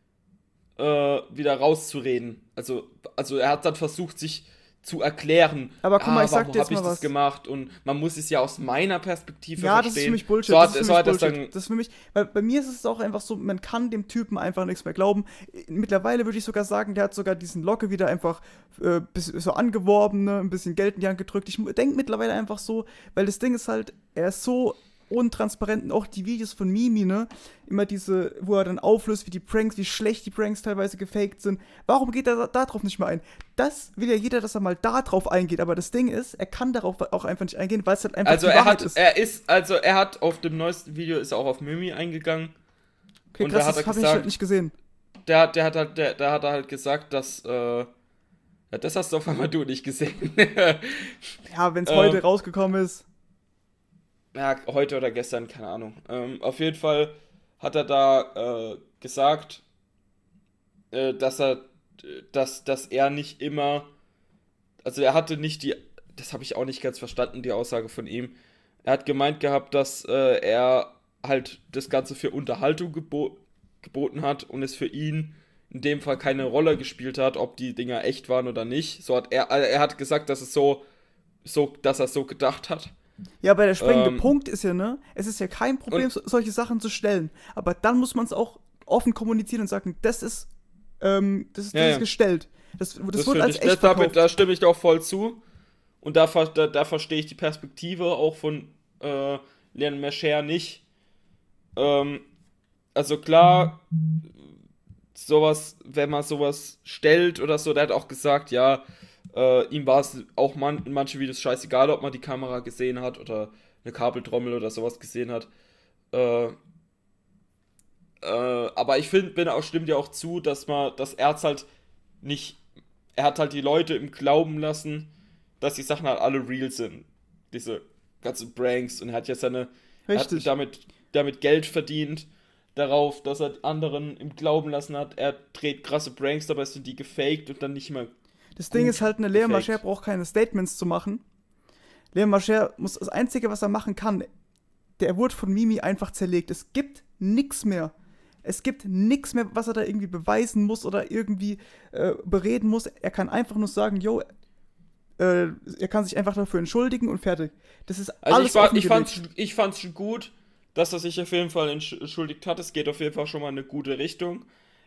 wieder rauszureden. Also er hat dann versucht, sich zu erklären, aber guck mal, ich sag dir jetzt warum habe ich das gemacht und man muss es ja aus meiner Perspektive verstehen. Ja, das ist für mich Bullshit. Das ist für mich, weil bei mir ist es auch einfach so, man kann dem Typen einfach nichts mehr glauben. Mittlerweile würde ich sogar sagen, der hat sogar diesen Locke wieder einfach so angeworben, ne, ein bisschen Geld in die Hand gedrückt. Ich denke mittlerweile einfach so, weil das Ding ist halt, er ist so untransparent und auch die Videos von Mimi, ne, immer diese, wo er dann auflöst, wie schlecht die Pranks teilweise gefaked sind. Warum geht er da drauf nicht mal ein? Das will ja jeder, dass er mal da drauf eingeht, aber das Ding ist, er kann darauf auch einfach nicht eingehen, weil es halt einfach die Wahrheit ist. Er hat auf dem neuesten Video ist er auch auf Mimi eingegangen. Okay, krass, das habe ich halt nicht gesehen. Da hat er halt gesagt, dass ja, das hast du auf einmal du nicht gesehen. Ja, wenn es heute rausgekommen ist. Ja, heute oder gestern, keine Ahnung. Auf jeden Fall hat er da gesagt, dass er nicht immer, also er hatte nicht das habe ich auch nicht ganz verstanden, die Aussage von ihm. Er hat gemeint gehabt, dass er halt das Ganze für Unterhaltung geboten hat und es für ihn in dem Fall keine Rolle gespielt hat, ob die Dinger echt waren oder nicht. So hat er hat gesagt, dass es dass er so gedacht hat. Ja, aber der springende Punkt ist ja, ne, es ist ja kein Problem, solche Sachen zu stellen. Aber dann muss man es auch offen kommunizieren und sagen, das ist gestellt. Das wird als echt verkauft. Da stimme ich dir auch voll zu. Und da verstehe ich die Perspektive auch von Leon Mascher nicht. Ähm, also klar, sowas, wenn man sowas stellt oder so, der hat auch gesagt, ja, ihm war es auch in manchen Videos scheißegal, ob man die Kamera gesehen hat oder eine Kabeltrommel oder sowas gesehen hat. Äh, aber ich stimmt ja auch zu, dass er halt nicht, er hat halt die Leute im Glauben lassen, dass die Sachen halt alle real sind. Diese ganzen Pranks und er hat ja er hat Richtig. damit Geld verdient darauf, dass er anderen im Glauben lassen hat, er dreht krasse Pranks, dabei sind die gefaked und dann nicht mehr Das Ding ist gut halt, eine Leon Mascher gefaked. braucht keine Statements zu machen. Leon Mascher muss, das Einzige, was er machen kann, der wurde von Mimi einfach zerlegt. Es gibt nichts mehr. Es gibt nichts mehr, was er da irgendwie beweisen muss oder irgendwie bereden muss. Er kann einfach nur sagen, yo, er kann sich einfach dafür entschuldigen und fertig. Das ist Also alles offengelegt. ich fand's schon gut, dass er sich auf jeden Fall entschuldigt hat. Es geht auf jeden Fall schon mal in eine gute Richtung.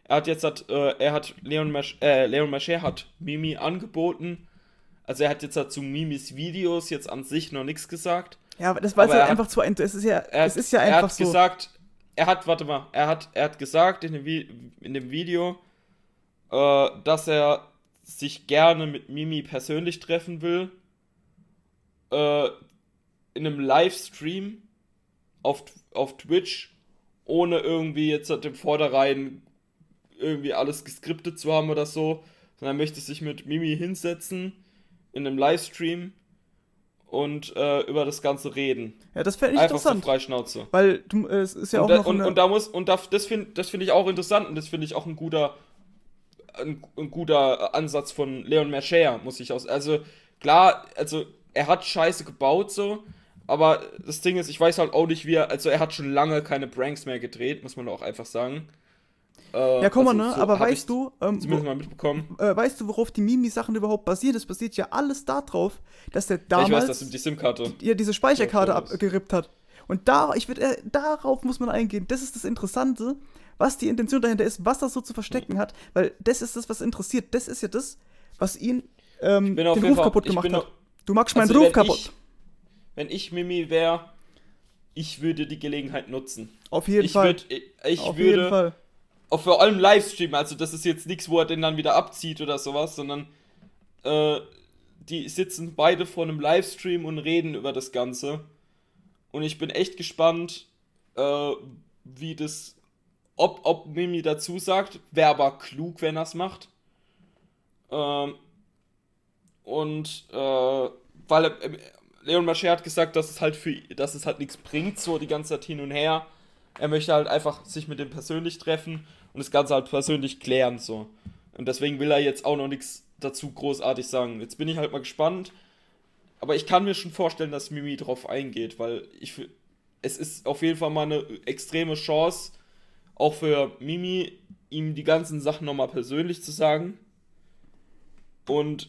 Leon Mascher hat Mimi angeboten. Also er hat jetzt zu Mimis Videos jetzt an sich noch nichts gesagt. Ja, aber das war Aber halt einfach zu ein. Es ist ja er einfach hat so. gesagt, er hat gesagt in dem Video, dass er sich gerne mit Mimi persönlich treffen will. Äh, in einem Livestream auf Twitch, ohne irgendwie jetzt im Vornherein irgendwie alles geskriptet zu haben oder so, sondern er möchte sich mit Mimi hinsetzen in einem Livestream und über das Ganze reden. Ja, das fände ich Einfach so interessant. frei Schnauze. Weil es ist ja auch noch eine. Das finde ich auch interessant und das finde ich auch ein guter Ansatz von Leon Mascher, muss ich aus. Also, klar, also er hat Scheiße gebaut so, aber das Ding ist, ich weiß halt auch nicht, also er hat schon lange keine Pranks mehr gedreht, muss man auch einfach sagen. Ja, guck mal, Also ne? so Aber hab weißt ich du, zumindest mal mitbekommen. weißt du, worauf die Mimi-Sachen überhaupt basieren? Das basiert ja alles darauf, dass der Ja, ich weiß, das damals sind die SIM-Karte. diese Speicherkarte Ja, stimmt. abgerippt hat. Und darauf muss man eingehen. Das ist das Interessante, was die Intention dahinter ist, was das so zu verstecken hat, weil das ist das, was interessiert. Das ist ja das, was ihn Bin auf den jeden Ruf Fall, kaputt ich gemacht bin hat. auf- Du magst meinen also Ruf kaputt. wenn ich Mimi wäre, ich würde die Gelegenheit nutzen. Auf jeden Ich Fall. würd, ich Auf jeden würde Fall. auch vor allem Livestream, also das ist jetzt nichts, wo er den dann wieder abzieht oder sowas, sondern die sitzen beide vor einem Livestream und reden über das Ganze. Und ich bin echt gespannt, wie ob Mimi dazu sagt. Wäre aber klug, wenn er es macht. Ähm, weil Leon Mascher hat gesagt, dass es halt nichts bringt, so die ganze Zeit hin und her. Er möchte halt einfach sich mit dem persönlich treffen und das Ganze halt persönlich klären, so. Und deswegen will er jetzt auch noch nichts dazu großartig sagen. Jetzt bin ich halt mal gespannt. Aber ich kann mir schon vorstellen, dass Mimi drauf eingeht, weil es ist auf jeden Fall mal eine extreme Chance, auch für Mimi, ihm die ganzen Sachen nochmal persönlich zu sagen. Und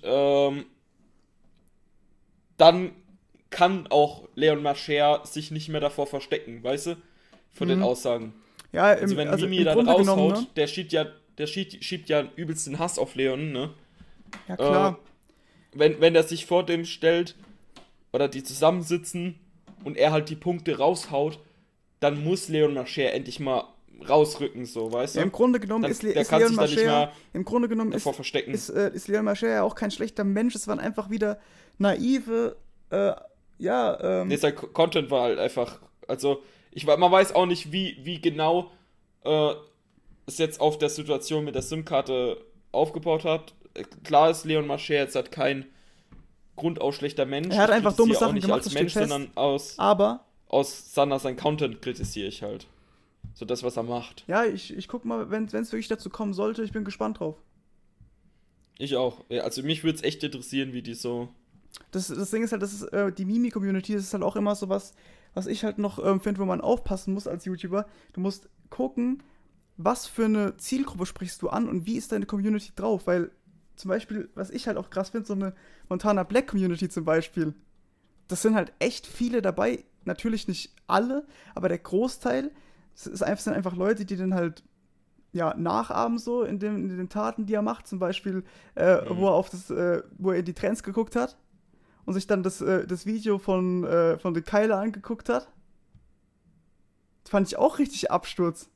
dann kann auch Leon Mascher sich nicht mehr davor verstecken, weißt du? Vor den Aussagen. Ja, Also wenn Mimi dann Grunde raushaut, genommen, ne? der schiebt ja einen übelsten Hass auf Leon, ne? Ja, klar. Wenn er sich vor dem stellt oder die zusammensitzen und er halt die Punkte raushaut, dann muss Leon Mascher endlich mal rausrücken, so, weißt du? Ja, im Grunde genommen Dann, ist der kann Leon sich da nicht Mascher, mehr im Grunde genommen davor verstecken. ist Leon Mascher ja auch kein schlechter Mensch. Es waren einfach wieder naive, Nee, sein Content war halt einfach, also, man weiß auch nicht, wie genau es jetzt auf der Situation mit der SIM-Karte aufgebaut hat. Klar ist Leon Mascher jetzt halt kein grundaus schlechter Mensch. Er hat Ich einfach dumme kritisiere auch Sachen nicht gemacht, als das Mensch, steht fest. sondern aber, aus sein Content kritisiere ich halt. So das, was er macht. ja, ich guck mal, wenn es wirklich dazu kommen sollte, ich bin gespannt drauf. Ich auch. Ja, also mich würde es echt interessieren, wie die so. Das Ding ist halt, die Mimi-Community, das ist halt auch immer so was ich halt noch finde, wo man aufpassen muss als YouTuber. Du musst gucken, was für eine Zielgruppe sprichst du an und wie ist deine Community drauf, weil zum Beispiel, was ich halt auch krass finde, so eine Montana Black Community zum Beispiel, das sind halt echt viele dabei, natürlich nicht alle, aber der Großteil sind einfach Leute, die dann halt ja, nachahmen so in den Taten, die er macht, zum Beispiel, wo er in die Trends geguckt hat und sich dann das Video von der Kyla angeguckt hat. Das fand ich auch richtig Absturz.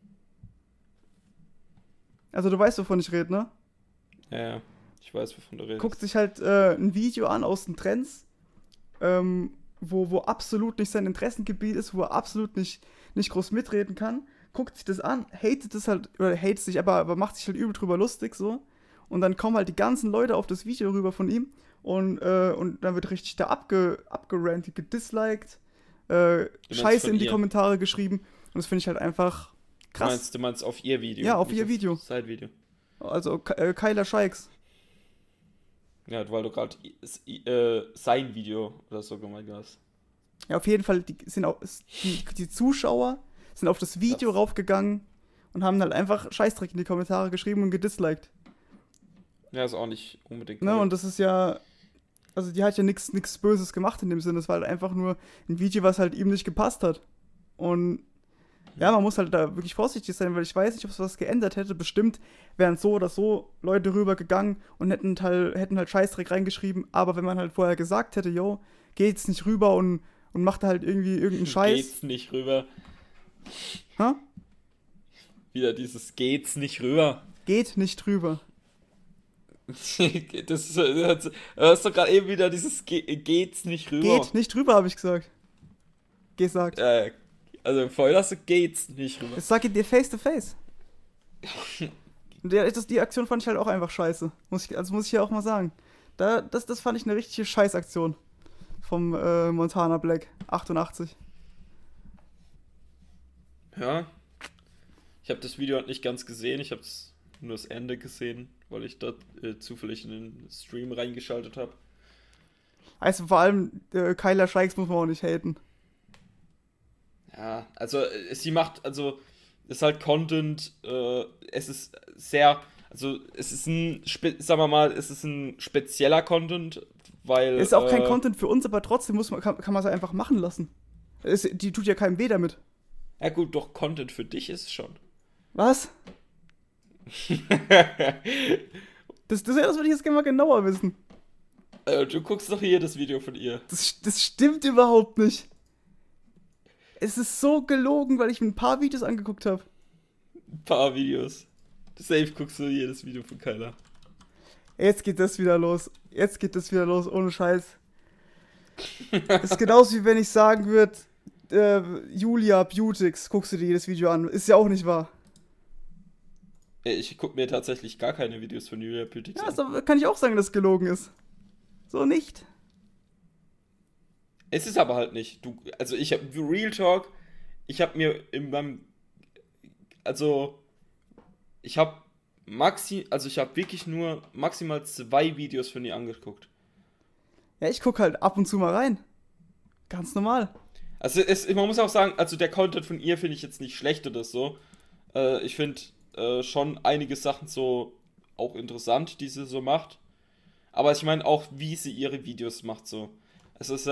Also du weißt, wovon ich rede, ne? Ja, ich weiß, wovon du redest. Guckt sich halt ein Video an aus den Trends, wo absolut nicht sein Interessengebiet ist, wo er absolut nicht groß mitreden kann. Guckt sich das an, hatet es halt, oder hatet sich, aber macht sich halt übel drüber lustig, so. Und dann kommen halt die ganzen Leute auf das Video rüber von ihm und dann wird richtig da abgerantet, gedisliked, Scheiße in die Kommentare geschrieben. Und das finde ich halt einfach krass. Du meinst auf ihr Video? Ja, auf ihr Video. Side-Video. Also Kyla Scheiks. Ja, weil du gerade sein Video oder so gemeint hast. Ja, auf jeden Fall, die Zuschauer sind auf das Video raufgegangen und haben halt einfach Scheißdreck in die Kommentare geschrieben und gedisliked. Ja, ist auch nicht unbedingt. Ne, und das ist ja, also die hat ja nichts Böses gemacht in dem Sinne. Es war halt einfach nur ein Video, was halt ihm nicht gepasst hat. Und ja, man muss halt da wirklich vorsichtig sein, weil ich weiß nicht, ob es was geändert hätte. Bestimmt wären so oder so Leute rübergegangen und hätten halt Scheißdreck reingeschrieben. Aber wenn man halt vorher gesagt hätte, yo, geht's nicht rüber und macht halt irgendwie irgendeinen Scheiß. Geht's nicht rüber. Hä? Wieder dieses geht's nicht rüber. Geht nicht rüber. Du hast doch gerade eben wieder dieses geht's nicht rüber. Geht nicht rüber, habe ich gesagt. Gesagt. Also vorhin hast du geht's nicht rüber. Das sag ich dir face to face. Und die Aktion fand ich halt auch einfach scheiße. Muss ich hier auch mal sagen. Das fand ich eine richtige Scheißaktion. Vom Montana Black 88. Ja. Ich habe das Video halt nicht ganz gesehen. Ich habe nur das Ende gesehen, weil ich dort zufällig in den Stream reingeschaltet habe. Also vor allem Kyla Scheiks muss man auch nicht haten. Ja, also sie macht, also ist halt Content, es ist sehr, also es ist sagen wir mal, es ist ein spezieller Content, weil... Ist auch kein Content für uns, aber trotzdem kann man es einfach machen lassen. Die tut ja keinem weh damit. Ja gut, doch Content für dich ist es schon. Was? das würde ich jetzt gerne mal genauer wissen. Du guckst doch hier das Video von ihr. Das stimmt überhaupt nicht. Es ist so gelogen, weil ich mir ein paar Videos angeguckt habe. Ein paar Videos. Safe guckst du jedes Video von Kyla. Jetzt geht das wieder los, ohne Scheiß. Das ist genauso wie wenn ich sagen würde, Julia Beautix, guckst du dir jedes Video an. Ist ja auch nicht wahr. Ich gucke mir tatsächlich gar keine Videos von Julia Beautix an. Ja, so kann ich auch sagen, dass es gelogen ist. So nicht. Es ist aber halt nicht. Also ich habe Real Talk, ich habe mir ich habe wirklich nur maximal 2 Videos von ihr angeguckt. Ja, ich gucke halt ab und zu mal rein. Ganz normal. Also man muss auch sagen, also der Content von ihr finde ich jetzt nicht schlecht oder so. Ich finde schon einige Sachen so auch interessant, die sie so macht. Aber ich meine auch, wie sie ihre Videos macht so. Es ist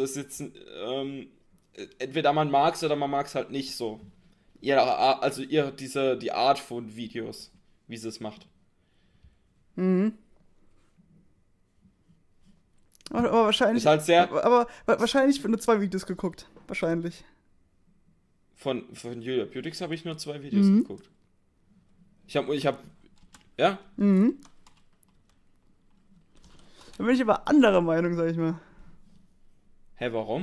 entweder man mag es oder man mag es halt nicht so. Die Art von Videos, wie sie es macht. Mhm. Aber wahrscheinlich. Ist halt sehr. Aber wahrscheinlich nur 2 Videos geguckt. Wahrscheinlich. Von Julia Beautix habe ich nur 2 Videos geguckt. Ich hab. Ja? Mhm. Da bin ich aber anderer Meinung, sag ich mal. Hä, warum?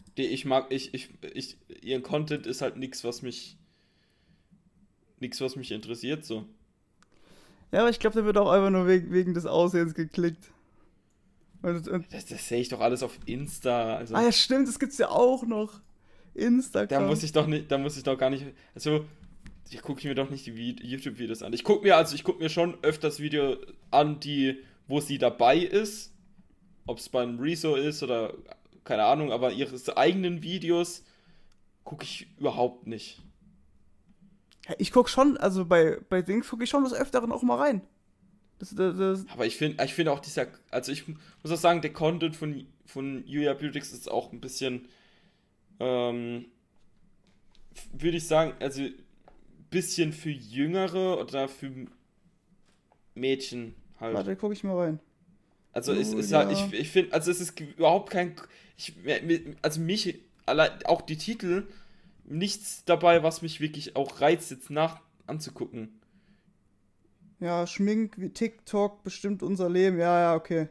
Ihren Content ist halt nichts, was mich interessiert, so. Ja, aber ich glaube, der wird auch einfach nur wegen des Aussehens geklickt. Das sehe ich doch alles auf Insta. Also, ja, stimmt, das gibt's ja auch noch. Instagram. Da muss ich doch gar nicht. Also, hier gucke ich mir doch nicht die YouTube-Videos an. Ich gucke mir schon öfters Videos an, wo sie dabei ist. Ob es beim Rezo ist oder keine Ahnung, aber ihre eigenen Videos gucke ich überhaupt nicht. Ja, ich gucke schon, also bei Dings gucke ich schon des Öfteren auch mal rein. Aber ich finde auch also ich muss auch sagen, der Content von Julia Beautix ist auch ein bisschen, würde ich sagen, also ein bisschen für Jüngere oder für Mädchen halt. Warte, gucke ich mal rein. Also es ist halt, Ja. ich finde, also es ist überhaupt kein, also mich, allein, auch die Titel, nichts dabei, was mich wirklich auch reizt, jetzt nach anzugucken. Ja, Schmink, wie TikTok bestimmt unser Leben. Ja, ja, okay.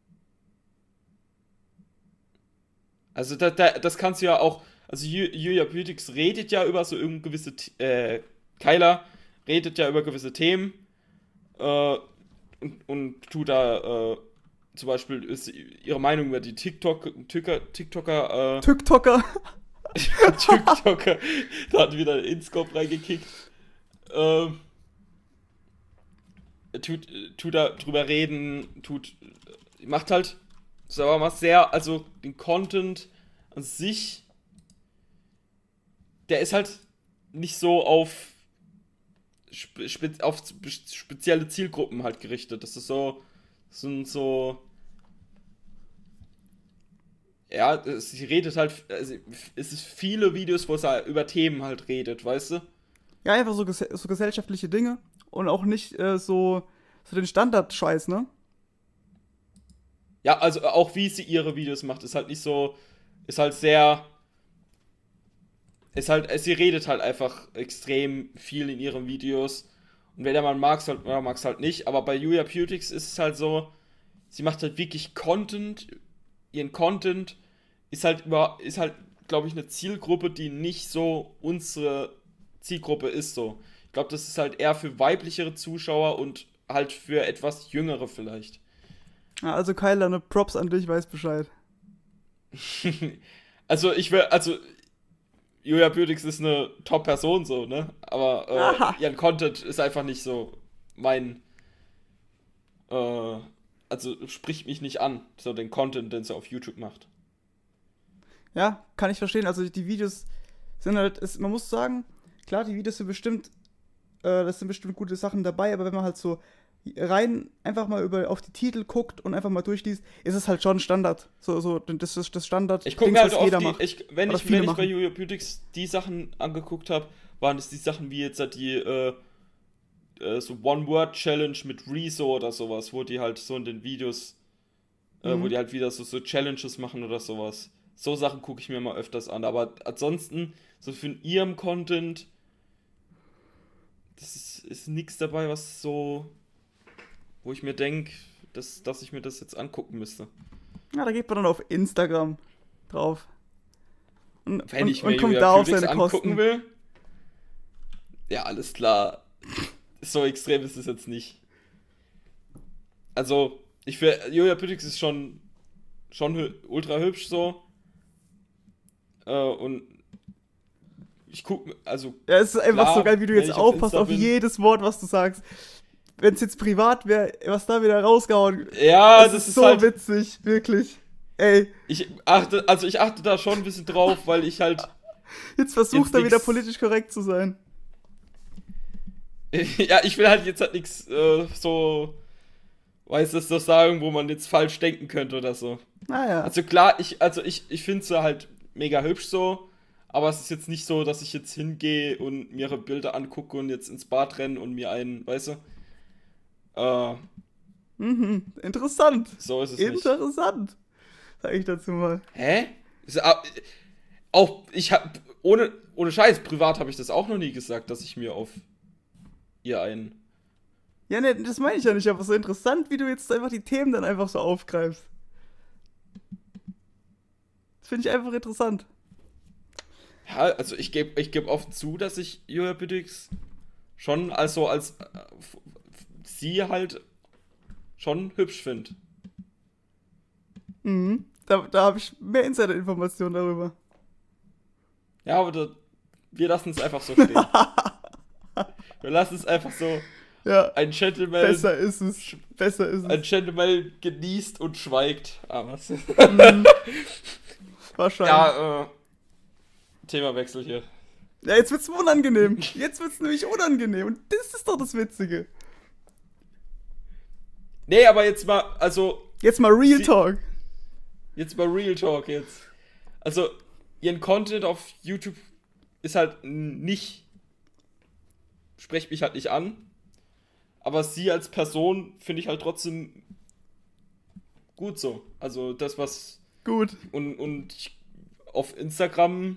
Also das kannst du ja auch, also Julia Beautix redet ja über so irgendeine gewisse, Kyla redet ja über gewisse Themen äh, und tut da zum Beispiel ist ihre Meinung über die TikToker, TikToker. TikToker, da hat wieder ein InScope reingekickt, ähm, tut da drüber reden, macht halt, sagen wir mal, sehr, also den Content an sich, der ist halt nicht so auf spezielle Zielgruppen halt gerichtet. Das ist so, sind so, ja, sie redet halt, also es ist viele Videos, wo es halt über Themen halt redet, weißt du? Ja, einfach so, so gesellschaftliche Dinge und auch nicht so den Standard-Scheiß, ne? Ja, also auch wie sie ihre Videos macht, ist halt nicht so, ist halt sehr, ist halt, sie redet halt einfach extrem viel in ihren Videos. Und wenn man mag es halt, man mag es halt nicht. Aber bei Julia Beautix ist es halt so, sie macht halt wirklich Content. Ihren Content ist halt, glaube ich, eine Zielgruppe, die nicht so unsere Zielgruppe ist so. Ich glaube, das ist halt eher für weiblichere Zuschauer und halt für etwas jüngere vielleicht. Ja, also Kyla, ne Props an dich, weiß Bescheid. Also Julia Beautix ist eine Top-Person so, ne? Aber Aha. ihren Content ist einfach nicht so mein, also spricht mich nicht an, so den Content, den sie auf YouTube macht. Ja, kann ich verstehen. Also die Videos sind halt, man muss sagen, klar, die Videos sind bestimmt, das sind bestimmt gute Sachen dabei, aber wenn man halt so rein einfach mal auf die Titel guckt und einfach mal durchliest, ist es halt schon Standard. Das ist das Ich gucke Standard-Dings, mir halt was oft jeder die, macht. wenn Oder ich, viele wenn ich bei machen. Julia Beautix die Sachen angeguckt habe, waren es die Sachen wie jetzt halt die, so One-Word-Challenge mit Rezo oder sowas, wo die halt so in den Videos, wo Mhm. die halt wieder so Challenges machen oder sowas. So Sachen gucke ich mir mal öfters an. Aber ansonsten, so für ihrem Content, ist nichts dabei, was so, wo ich mir denke, dass ich mir das jetzt angucken müsste. Ja, da geht man dann auf Instagram drauf. Wenn ich mir Und kommt Julia da auf Beautix seine angucken Kosten. will, ja, alles klar. So extrem ist es jetzt nicht. Also, ich finde, Julia Beautix ist schon ultra hübsch so. Und ich gucke, also Ja, es ist einfach so klar, geil, wie du wenn jetzt ich auf aufpasst Insta auf bin. jedes Wort, was du sagst. Wenn es jetzt privat wäre, was da wieder rausgehauen. Ja, Es das ist ist so halt. witzig, wirklich. Ey, Ich achte da schon ein bisschen drauf, weil ich halt jetzt versucht jetzt er wieder nichts. politisch korrekt zu sein. Ja, ich will halt jetzt halt nichts so, weiß das so sagen, wo man jetzt falsch denken könnte oder so. Naja. Also klar, ich finde sie halt mega hübsch so, aber es ist jetzt nicht so, dass ich jetzt hingehe und mir ihre Bilder angucke und jetzt ins Bad renne und mir einen, weißt du? Äh, Mhm. Interessant. so ist es nicht. Interessant. Sag ich dazu mal. Hä? Auch, ich hab, ohne Scheiß, privat habe ich das auch noch nie gesagt, dass ich mir auf ihr einen. Ja, ne, das meine ich ja nicht, aber so interessant, wie du jetzt einfach die Themen dann einfach so aufgreifst. Das finde ich einfach interessant. Ja, also ich geb offen zu, dass ich Julia Büdix schon als sie halt schon hübsch finde. Mhm. Da habe ich mehr Insider-Informationen darüber. Ja, aber wir lassen es einfach so stehen. Wir lassen es einfach so. Ja, Ein Gentleman, besser ist es. Besser ist ein es. Gentleman genießt und schweigt. Ah, was? Mhm. Wahrscheinlich. Ja, Themawechsel hier. Ja, jetzt wird's unangenehm. Jetzt wird's nämlich unangenehm. Und das ist doch das Witzige. Nee, aber jetzt mal, also, Jetzt mal Real Sie- Talk. jetzt mal Real Talk jetzt. Also, ihren Content auf YouTube ist halt nicht, spricht mich halt nicht an. Aber sie als Person finde ich halt trotzdem gut so. Also das, was... Gut. Und auf Instagram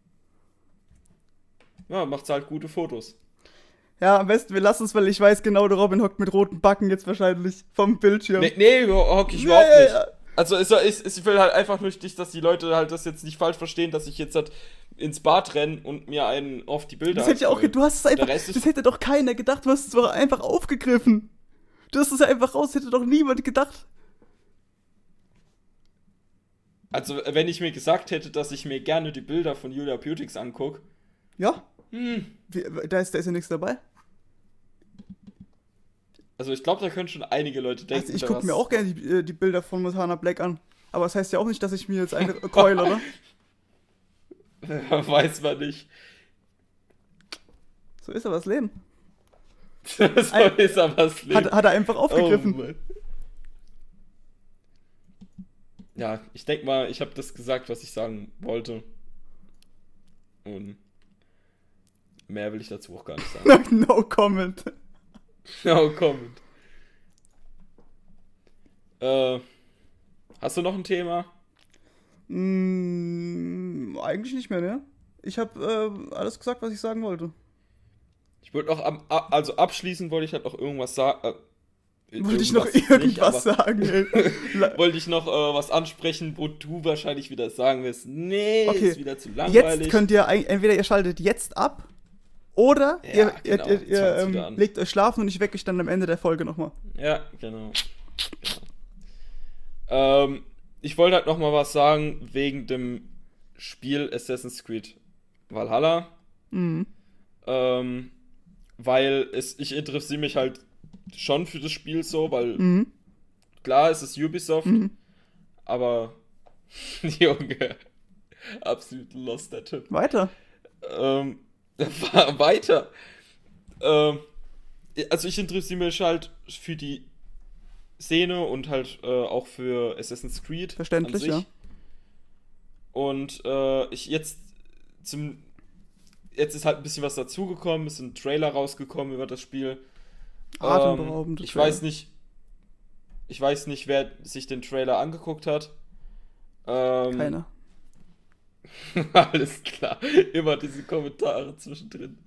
macht's halt gute Fotos. Ja, am besten wir lassen es, weil ich weiß genau, der Robin hockt mit roten Backen jetzt wahrscheinlich vom Bildschirm. Nee, hock ich überhaupt nicht. Also ich will halt einfach nur nicht, dass die Leute halt das jetzt nicht falsch verstehen, dass ich jetzt halt ins Bad renne und mir einen auf die Bilder... Das hätte ja auch, du hast es einfach, das hätte doch keiner gedacht, du hast es doch einfach aufgegriffen. Du hast es ja einfach raus, hätte doch niemand gedacht. Also wenn ich mir gesagt hätte, dass ich mir gerne die Bilder von Julia Beautix angucke... Ja? Da ist ja nichts dabei. Also ich glaube, da können schon einige Leute denken. Also ich gucke mir auch gerne die Bilder von Montana Black an. Aber das heißt ja auch nicht, dass ich mir jetzt eine keule, oder? Weiß man nicht. So ist aber das Leben. So ist aber das Leben. Hat er einfach aufgegriffen. Oh, ja, ich denke mal, ich habe das gesagt, was ich sagen wollte. Und mehr will ich dazu auch gar nicht sagen. No comment. No comment. Hast du noch ein Thema? Eigentlich nicht mehr, ne? Ich habe alles gesagt, was ich sagen wollte. Ich wollte noch, also abschließend wollte ich halt noch irgendwas sagen. Wollte ich noch irgendwas sagen, ey. Wollte ich noch was ansprechen, wo du wahrscheinlich wieder sagen wirst, nee, okay. Ist wieder zu langweilig. Jetzt könnt ihr, entweder ihr schaltet jetzt ab, oder ja, ihr legt euch schlafen und ich wecke euch dann am Ende der Folge nochmal. Ja, genau. Ich wollte halt nochmal was sagen wegen dem Spiel Assassin's Creed Valhalla. Weil ich interessiere mich halt schon für das Spiel so, weil klar, es ist Ubisoft, aber Junge, absolut lost der Typ. Weiter. Weiter. Also ich interessiere mich halt für die Szene und halt auch für Assassin's Creed. Verständlich, ja. Und jetzt ist halt ein bisschen was dazugekommen, ist ein Trailer rausgekommen über das Spiel. Atemberaubend. Ich weiß nicht, wer sich den Trailer angeguckt hat. Keiner. Alles klar. Immer diese Kommentare zwischendrin.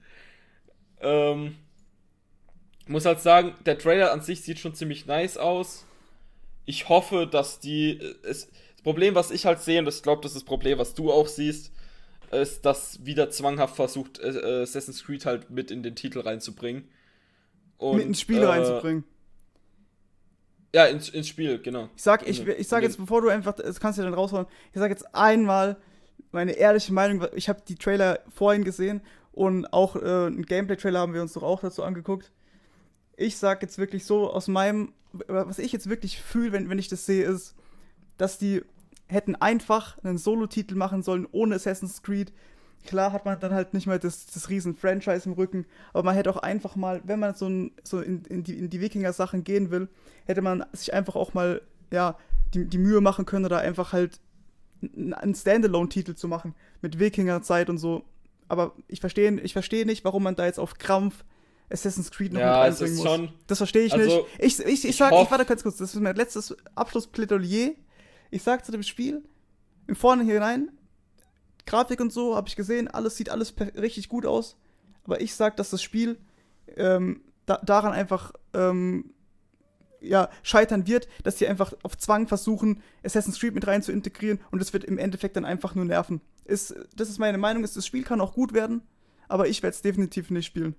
Muss halt sagen, der Trailer an sich sieht schon ziemlich nice aus. Ich hoffe, dass das Problem, was ich halt sehe, und ich glaube, das ist das Problem, was du auch siehst, ist, dass wieder zwanghaft versucht, Assassin's Creed halt mit in den Titel reinzubringen. Und, mit ins Spiel reinzubringen. Ja, ins Spiel, genau. Ich sag jetzt, bevor du einfach, das kannst du ja dann raushauen, ich sag jetzt einmal meine ehrliche Meinung, ich habe die Trailer vorhin gesehen und auch einen Gameplay-Trailer haben wir uns doch auch dazu angeguckt. Ich sag jetzt wirklich so, was ich jetzt wirklich fühle, wenn ich das sehe, ist, dass die hätten einfach einen Solo-Titel machen sollen, ohne Assassin's Creed. Klar hat man dann halt nicht mehr das riesen Franchise im Rücken, aber man hätte auch einfach mal, wenn man so in die Wikinger-Sachen gehen will, hätte man sich einfach auch mal, ja, die Mühe machen können, oder einfach halt einen Standalone-Titel zu machen, mit Wikinger-Zeit und so. Aber ich verstehe nicht, warum man da jetzt auf Krampf Assassin's Creed noch mit reinbringen muss. Schon, das verstehe ich nicht. Ich warte ganz kurz, das ist mein letztes Abschlussplädoyer. Ich sag zu dem Spiel, im Vorhinein, Grafik und so, habe ich gesehen, sieht alles richtig gut aus. Aber ich sag, dass das Spiel daran einfach scheitern wird, dass sie einfach auf Zwang versuchen, Assassin's Creed mit rein zu integrieren, und das wird im Endeffekt dann einfach nur nerven. Das ist meine Meinung, das Spiel kann auch gut werden, aber ich werde es definitiv nicht spielen.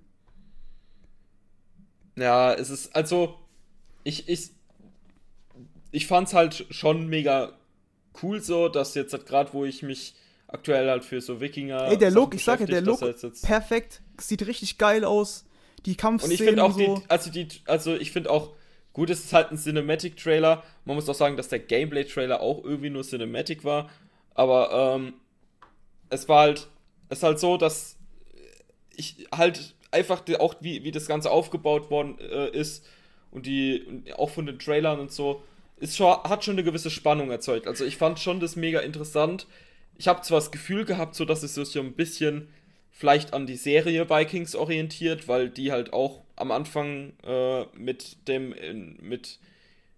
Ja, es ist, also, ich fand's halt schon mega cool so, dass jetzt halt gerade, wo ich mich aktuell halt für so Wikinger... Ey, der Look, ich sage, der Look, perfekt, sieht richtig geil aus, die Kampfszenen und ich finde auch, so. Ich finde auch, gut, es ist halt ein Cinematic-Trailer, man muss auch sagen, dass der Gameplay-Trailer auch irgendwie nur Cinematic war, aber, es ist halt so, dass ich halt einfach auch, wie das Ganze aufgebaut worden ist und auch von den Trailern und so, hat schon eine gewisse Spannung erzeugt. Also ich fand schon das mega interessant. Ich habe zwar das Gefühl gehabt, so dass es sich so ein bisschen vielleicht an die Serie Vikings orientiert, weil die halt auch am Anfang mit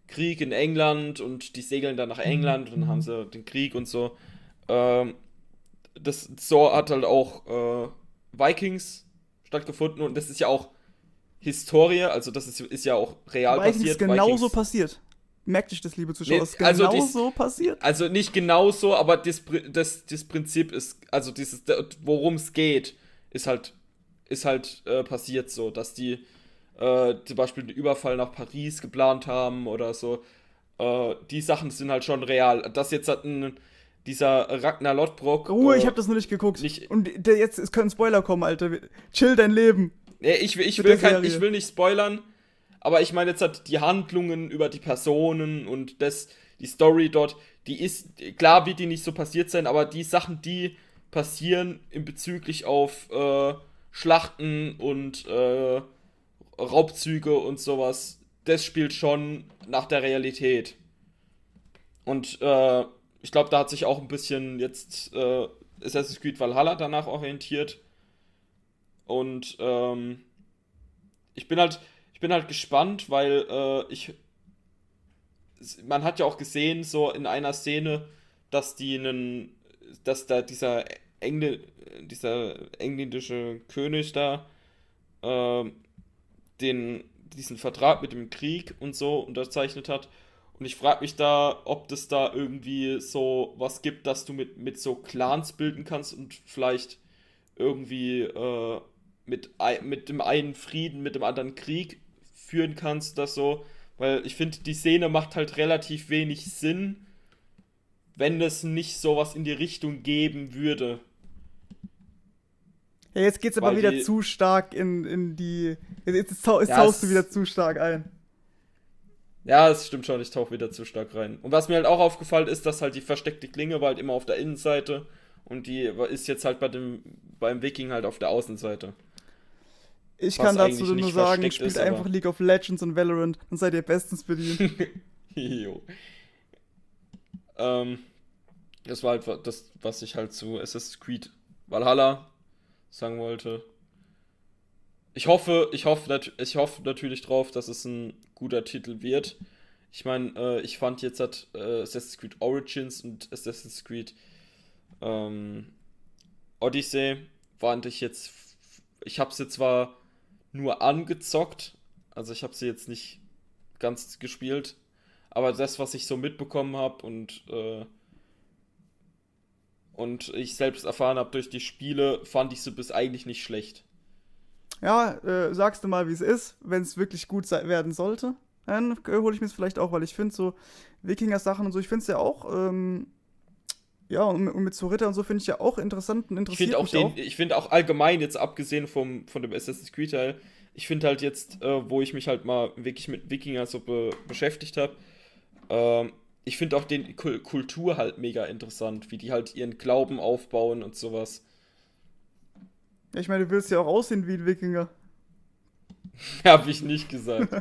Krieg in England und die segeln dann nach England und dann haben sie den Krieg und so. Ähm, so hat halt auch Vikings stattgefunden und das ist ja auch Historie, also das ist ja auch real Vikings passiert. genauso passiert. Merkt euch das, liebe Zuschauer, ist also genauso passiert. Also nicht genauso, aber das Prinzip ist, also worum es geht, ist halt passiert so, dass die zum Beispiel den Überfall nach Paris geplant haben oder so. Die Sachen sind halt schon real. Dass jetzt halt dieser Ragnar Lodbrok. Ruhe, ich habe das noch nicht geguckt. Nicht, und jetzt es können Spoiler kommen, Alter. Chill dein Leben. ich will nicht spoilern, aber ich meine jetzt halt die Handlungen über die Personen und die Story dort, die ist, klar wird die nicht so passiert sein, aber die Sachen, die passieren in bezüglich auf Schlachten und Raubzüge und sowas, das spielt schon nach der Realität. Und ich glaube, da hat sich auch ein bisschen jetzt Assassin's Creed Valhalla danach orientiert. Und ich bin halt gespannt, weil man hat ja auch gesehen, so in einer Szene, dass da dieser engländische König da diesen Vertrag mit dem Krieg und so unterzeichnet hat. Und ich frage mich da, ob das da irgendwie so was gibt, dass du mit so Clans bilden kannst und vielleicht irgendwie mit dem einen Frieden, mit dem anderen Krieg führen kannst, das so. Weil ich finde, die Szene macht halt relativ wenig Sinn, wenn es nicht sowas in die Richtung geben würde. Ja, jetzt geht's aber wieder zu stark in die. Jetzt tauchst du wieder zu stark ein. Ja, das stimmt schon, ich tauche wieder zu stark rein. Und was mir halt auch aufgefallen ist, dass halt die versteckte Klinge war halt immer auf der Innenseite und die ist jetzt halt beim Viking halt auf der Außenseite. Ich kann dazu nur sagen, spielt einfach League of Legends und Valorant, dann seid ihr bestens bedient. Jo. Das war halt das, was ich halt zu Assassin's Creed Valhalla sagen wollte. Ich hoffe natürlich drauf, dass es ein guter Titel wird. Ich meine, ich fand jetzt Assassin's Creed Origins und Assassin's Creed Odyssey ich habe sie zwar nur angezockt, also ich habe sie jetzt nicht ganz gespielt, aber das, was ich so mitbekommen habe und ich selbst erfahren habe durch die Spiele, fand ich sie bis eigentlich nicht schlecht. Ja, sagst du mal, wie es ist, wenn es wirklich gut werden sollte. Dann hole ich mir es vielleicht auch, weil ich finde so Wikinger-Sachen und so, ich finde es ja auch, ja, und mit so Ritter und so finde ich ja auch interessant und interessiert mich auch. Ich finde auch allgemein, jetzt abgesehen von dem Assassin's Creed-Teil, ich finde halt jetzt, wo ich mich halt mal wirklich mit Wikinger so beschäftigt habe, ich finde auch die Kultur halt mega interessant, wie die halt ihren Glauben aufbauen und sowas. Ja, ich meine, du willst ja auch aussehen wie ein Wikinger. Hab ich nicht gesagt.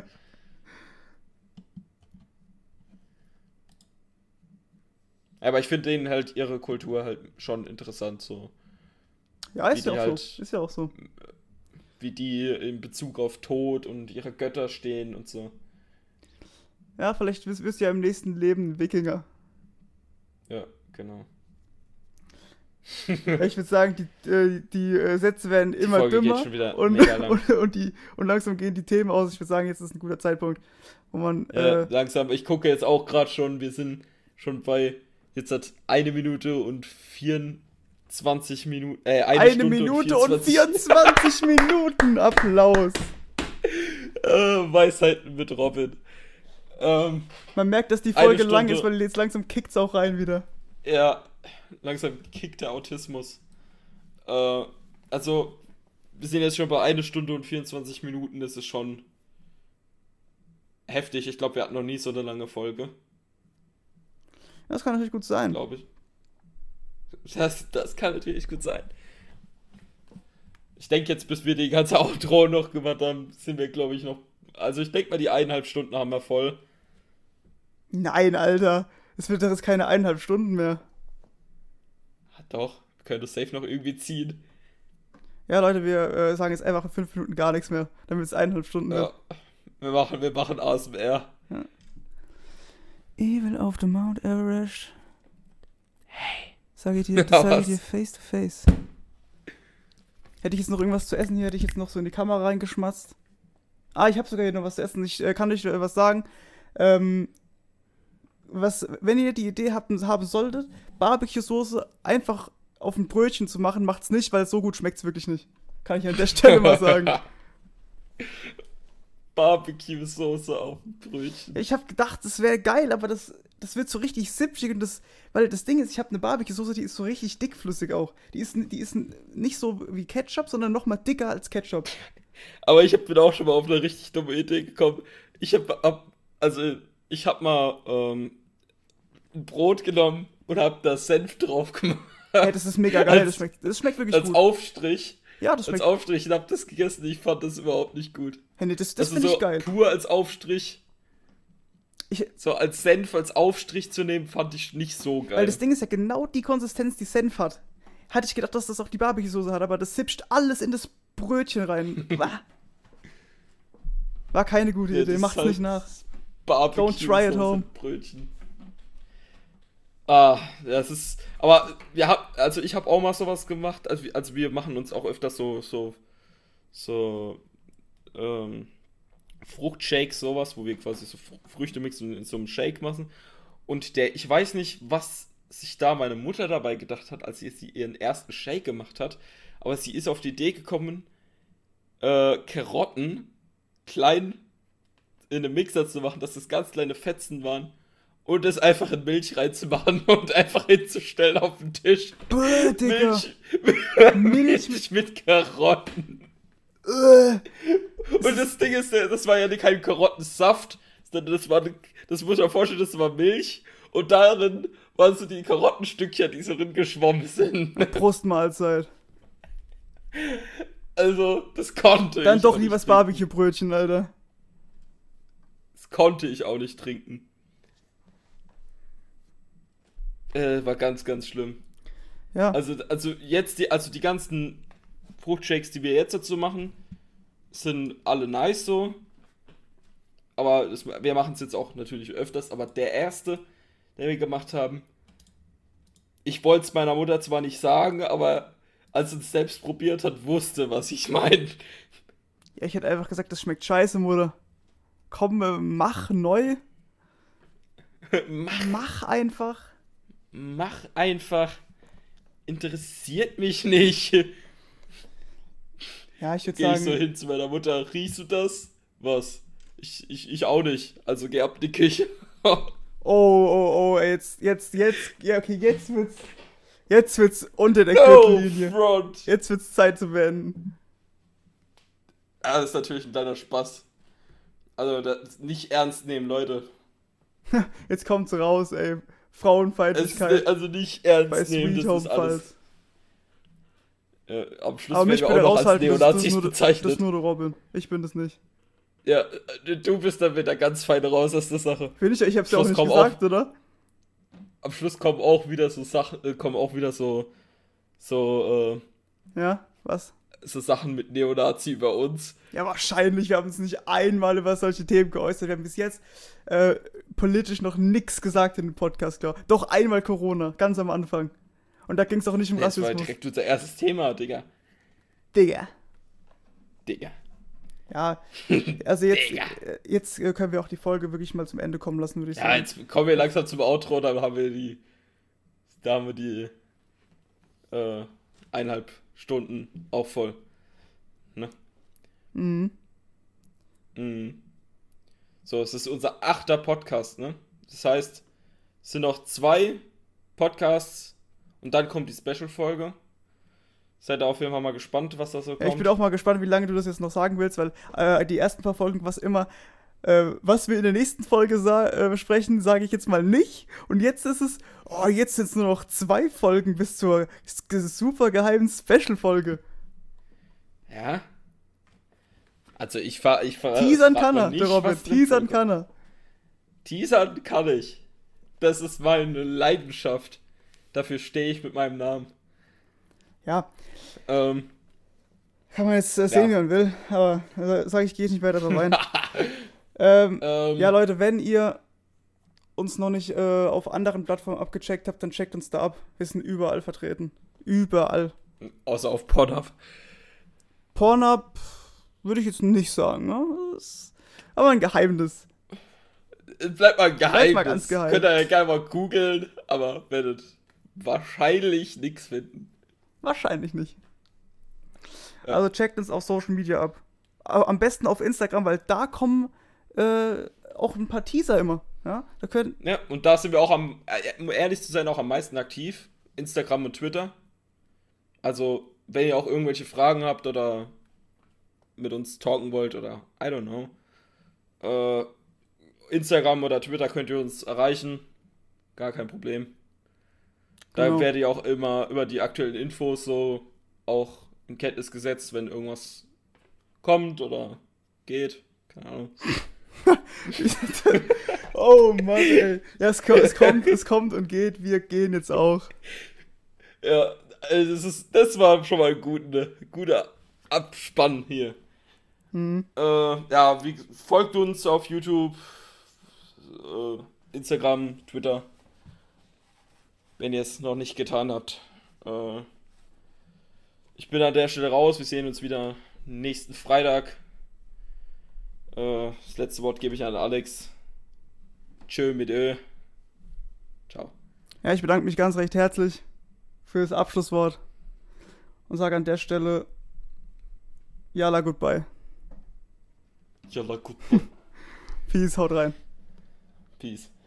Aber ich finde denen halt ihre Kultur halt schon interessant, so. Ja, ist ja auch halt, so. Ist ja auch so. Wie die in Bezug auf Tod und ihre Götter stehen und so. Ja, vielleicht wirst du ja im nächsten Leben ein Wikinger. Ja, genau. Ich würde sagen, die Sätze werden immer Folge dümmer geht schon wieder und langsam gehen die Themen aus. Ich würde sagen, jetzt ist ein guter Zeitpunkt, wo man... langsam, ich gucke jetzt auch gerade schon, wir sind schon bei, jetzt hat 1 Minute und 24 Minuten, eine Minute und 24 Minuten, Applaus. Weisheiten mit Robin. Man merkt, dass die Folge lang ist, weil jetzt langsam kickt's auch rein wieder. Ja, langsam kickt der Autismus. Also, wir sind jetzt schon bei 1 Stunde und 24 Minuten, das ist schon heftig. Ich glaube, wir hatten noch nie so eine lange Folge. Das kann natürlich gut sein. Glaube ich. Das kann natürlich gut sein. Ich denke jetzt, bis wir die ganze Outro noch gemacht haben, sind wir, glaube ich, noch... Also ich denke mal, die 1,5 Stunden haben wir voll. Nein, Alter. Es wird doch jetzt keine 1,5 Stunden mehr. Doch, wir können das safe noch irgendwie ziehen. Ja, Leute, wir sagen jetzt einfach in 5 Minuten gar nichts mehr, damit es 1,5 Stunden wird. Ja, wir machen ASMR. Ja. Evil auf dem Mount Everest. Hey. Das sage ich dir face to face. Hätte ich jetzt noch irgendwas zu essen hier, hätte ich jetzt noch so in die Kamera reingeschmatzt. Ah, ich habe sogar hier noch was zu essen. Ich kann euch was sagen. Wenn ihr die Idee haben solltet, Barbecue-Soße einfach auf ein Brötchen zu machen, macht's nicht, weil so gut schmeckt's wirklich nicht. Kann ich an der Stelle mal sagen. Barbecue-Soße auf dem Brötchen. Ich habe gedacht, das wäre geil, aber das wird so richtig sippschig und weil das Ding ist, ich habe eine Barbecue-Soße, die ist so richtig dickflüssig auch. Die ist nicht so wie Ketchup, sondern noch mal dicker als Ketchup. Aber bin auch schon mal auf eine richtig dumme Idee gekommen. Ich hab mal ein Brot genommen und hab da Senf drauf gemacht. Hey, das ist mega geil, das schmeckt wirklich als gut. Als Aufstrich. Ja, das schmeckt. Als Aufstrich, und hab das gegessen, ich fand das überhaupt nicht gut. Hey, nee, das also finde so ich geil. Pur als Aufstrich. So als Senf, als Aufstrich zu nehmen, fand ich nicht so geil. Weil das Ding ist ja genau die Konsistenz, die Senf hat. Hatte ich gedacht, dass das auch die Barbecue-Soße hat, aber das sipscht alles in das Brötchen rein. War keine gute Idee, macht's halt nicht nach. Barbecue Don't try at home. Brötchen. Ah, das ist. Aber ich habe auch mal sowas gemacht. Also wir machen uns auch öfters so Fruchtshakes, sowas, wo wir quasi so Früchte mixen und in so einem Shake machen. Und ich weiß nicht, was sich da meine Mutter dabei gedacht hat, als sie ihren ersten Shake gemacht hat. Aber sie ist auf die Idee gekommen, Karotten klein in einem Mixer zu machen, dass das ganz kleine Fetzen waren. Und es einfach in Milch reinzumachen und einfach hinzustellen auf den Tisch. Digga. Milch mit Karotten. Und das Ding ist, das war ja kein Karottensaft, sondern das muss man vorstellen, das war Milch. Und darin waren so die Karottenstückchen, die so drin geschwommen sind. Prostmahlzeit. Also, das konnte Dann ich doch lieber das Barbecue-Brötchen, Alter. Das konnte ich auch nicht trinken. War ganz, ganz schlimm. Ja. Also jetzt die ganzen Fruchtshakes, die wir jetzt dazu machen, sind alle nice so. Aber wir machen es jetzt auch natürlich öfters. Aber der erste, den wir gemacht haben, ich wollte es meiner Mutter zwar nicht sagen, aber als sie es selbst probiert hat, wusste, was ich meine. Ja, ich hätte einfach gesagt, das schmeckt scheiße, Mutter. Komm, mach neu. Mach einfach. Mach einfach. Interessiert mich nicht. Ja, ich würde sagen. Geh ich sagen. so hin zu meiner Mutter, riechst du das? Was? Ich auch nicht. Also geh ab in die Küche. Oh, jetzt. Ja, okay, jetzt wird's unter der Gürtellinie. Front. Jetzt wird's Zeit zu beenden. Ja, das ist natürlich ein kleiner Spaß. Also, das nicht ernst nehmen, Leute. Jetzt kommt's raus, ey. Frauenfeindlichkeit. Also nicht ernst bei nehmen, Sweet das ist Home alles. Am Schluss aber werden wir auch noch als Neonazis bezeichnet. Das ist nur der Robin. Ich bin das nicht. Ja, du bist dann wieder ganz fein raus aus der Sache. Finde ich hab's ja auch nicht gesagt, oder? Am Schluss kommen auch wieder so Sachen, ja, was? So Sachen mit Neonazi über uns. Ja, wahrscheinlich. Wir haben uns nicht einmal über solche Themen geäußert. Wir haben bis jetzt politisch noch nichts gesagt in dem Podcast, glaube ich. Doch einmal Corona, ganz am Anfang. Und da ging es auch nicht um Rassismus. Das war direkt unser erstes Thema, Digga. Ja, also jetzt können wir auch die Folge wirklich mal zum Ende kommen lassen, würde ich sagen. Ja, jetzt kommen wir langsam zum Outro, dann haben wir die 1,5 Stunden auch voll. Ne? Mhm. So, es ist unser 8. Podcast, ne? Das heißt, es sind noch 2 Podcasts und dann kommt die Special-Folge. Seid ihr auf jeden Fall mal gespannt, was da so kommt. Ja, ich bin auch mal gespannt, wie lange du das jetzt noch sagen willst, weil die ersten paar Folgen, was wir in der nächsten Folge besprechen, sage ich jetzt mal nicht. Und jetzt ist es, jetzt sind es nur noch 2 Folgen bis zur super geheimen Special-Folge. Ja. Also ich Teasern kann er, der Robin, teasern kann er. Teasern kann ich. Das ist meine Leidenschaft. Dafür stehe ich mit meinem Namen. Ja. Kann man jetzt sehen, wie man will, aber sage ich, gehe nicht weiter drauf ein. Ja, Leute, wenn ihr uns noch nicht auf anderen Plattformen abgecheckt habt, dann checkt uns da ab. Wir sind überall vertreten. Überall. Außer auf Pornhub. Pornhub würde ich jetzt nicht sagen, ne? Das ist aber ein Geheimnis. Bleibt mal geheim. Bleibt mal ganz geheim. Könnt ihr ja gerne mal googeln, aber werdet wahrscheinlich nichts finden. Wahrscheinlich nicht. Ja. Also checkt uns auf Social Media ab. Aber am besten auf Instagram, weil da kommen auch ein paar Teaser immer. Ja, da können. Ja, und da sind wir auch um ehrlich zu sein, auch am meisten aktiv. Instagram und Twitter. Also, wenn ihr auch irgendwelche Fragen habt oder mit uns talken wollt oder I don't know. Instagram oder Twitter könnt ihr uns erreichen. Gar kein Problem. Da Genau. werde ich auch immer über die aktuellen Infos so auch in Kenntnis gesetzt, wenn irgendwas kommt oder geht. Keine Ahnung. Oh Mann, ey. Ja, es kommt und geht. Wir gehen jetzt auch. Ja, also das war schon mal ein guter Abspann hier. Ja, folgt uns auf YouTube, Instagram, Twitter, wenn ihr es noch nicht getan habt. Ich bin an der Stelle raus. Wir sehen uns wieder nächsten Freitag. Das letzte Wort gebe ich an Alex. Tschö mit Ö. Ciao. Ja, ich bedanke mich ganz recht herzlich für das Abschlusswort und sage an der Stelle Yalla, goodbye. Yalla, gut. Peace, haut rein. Peace.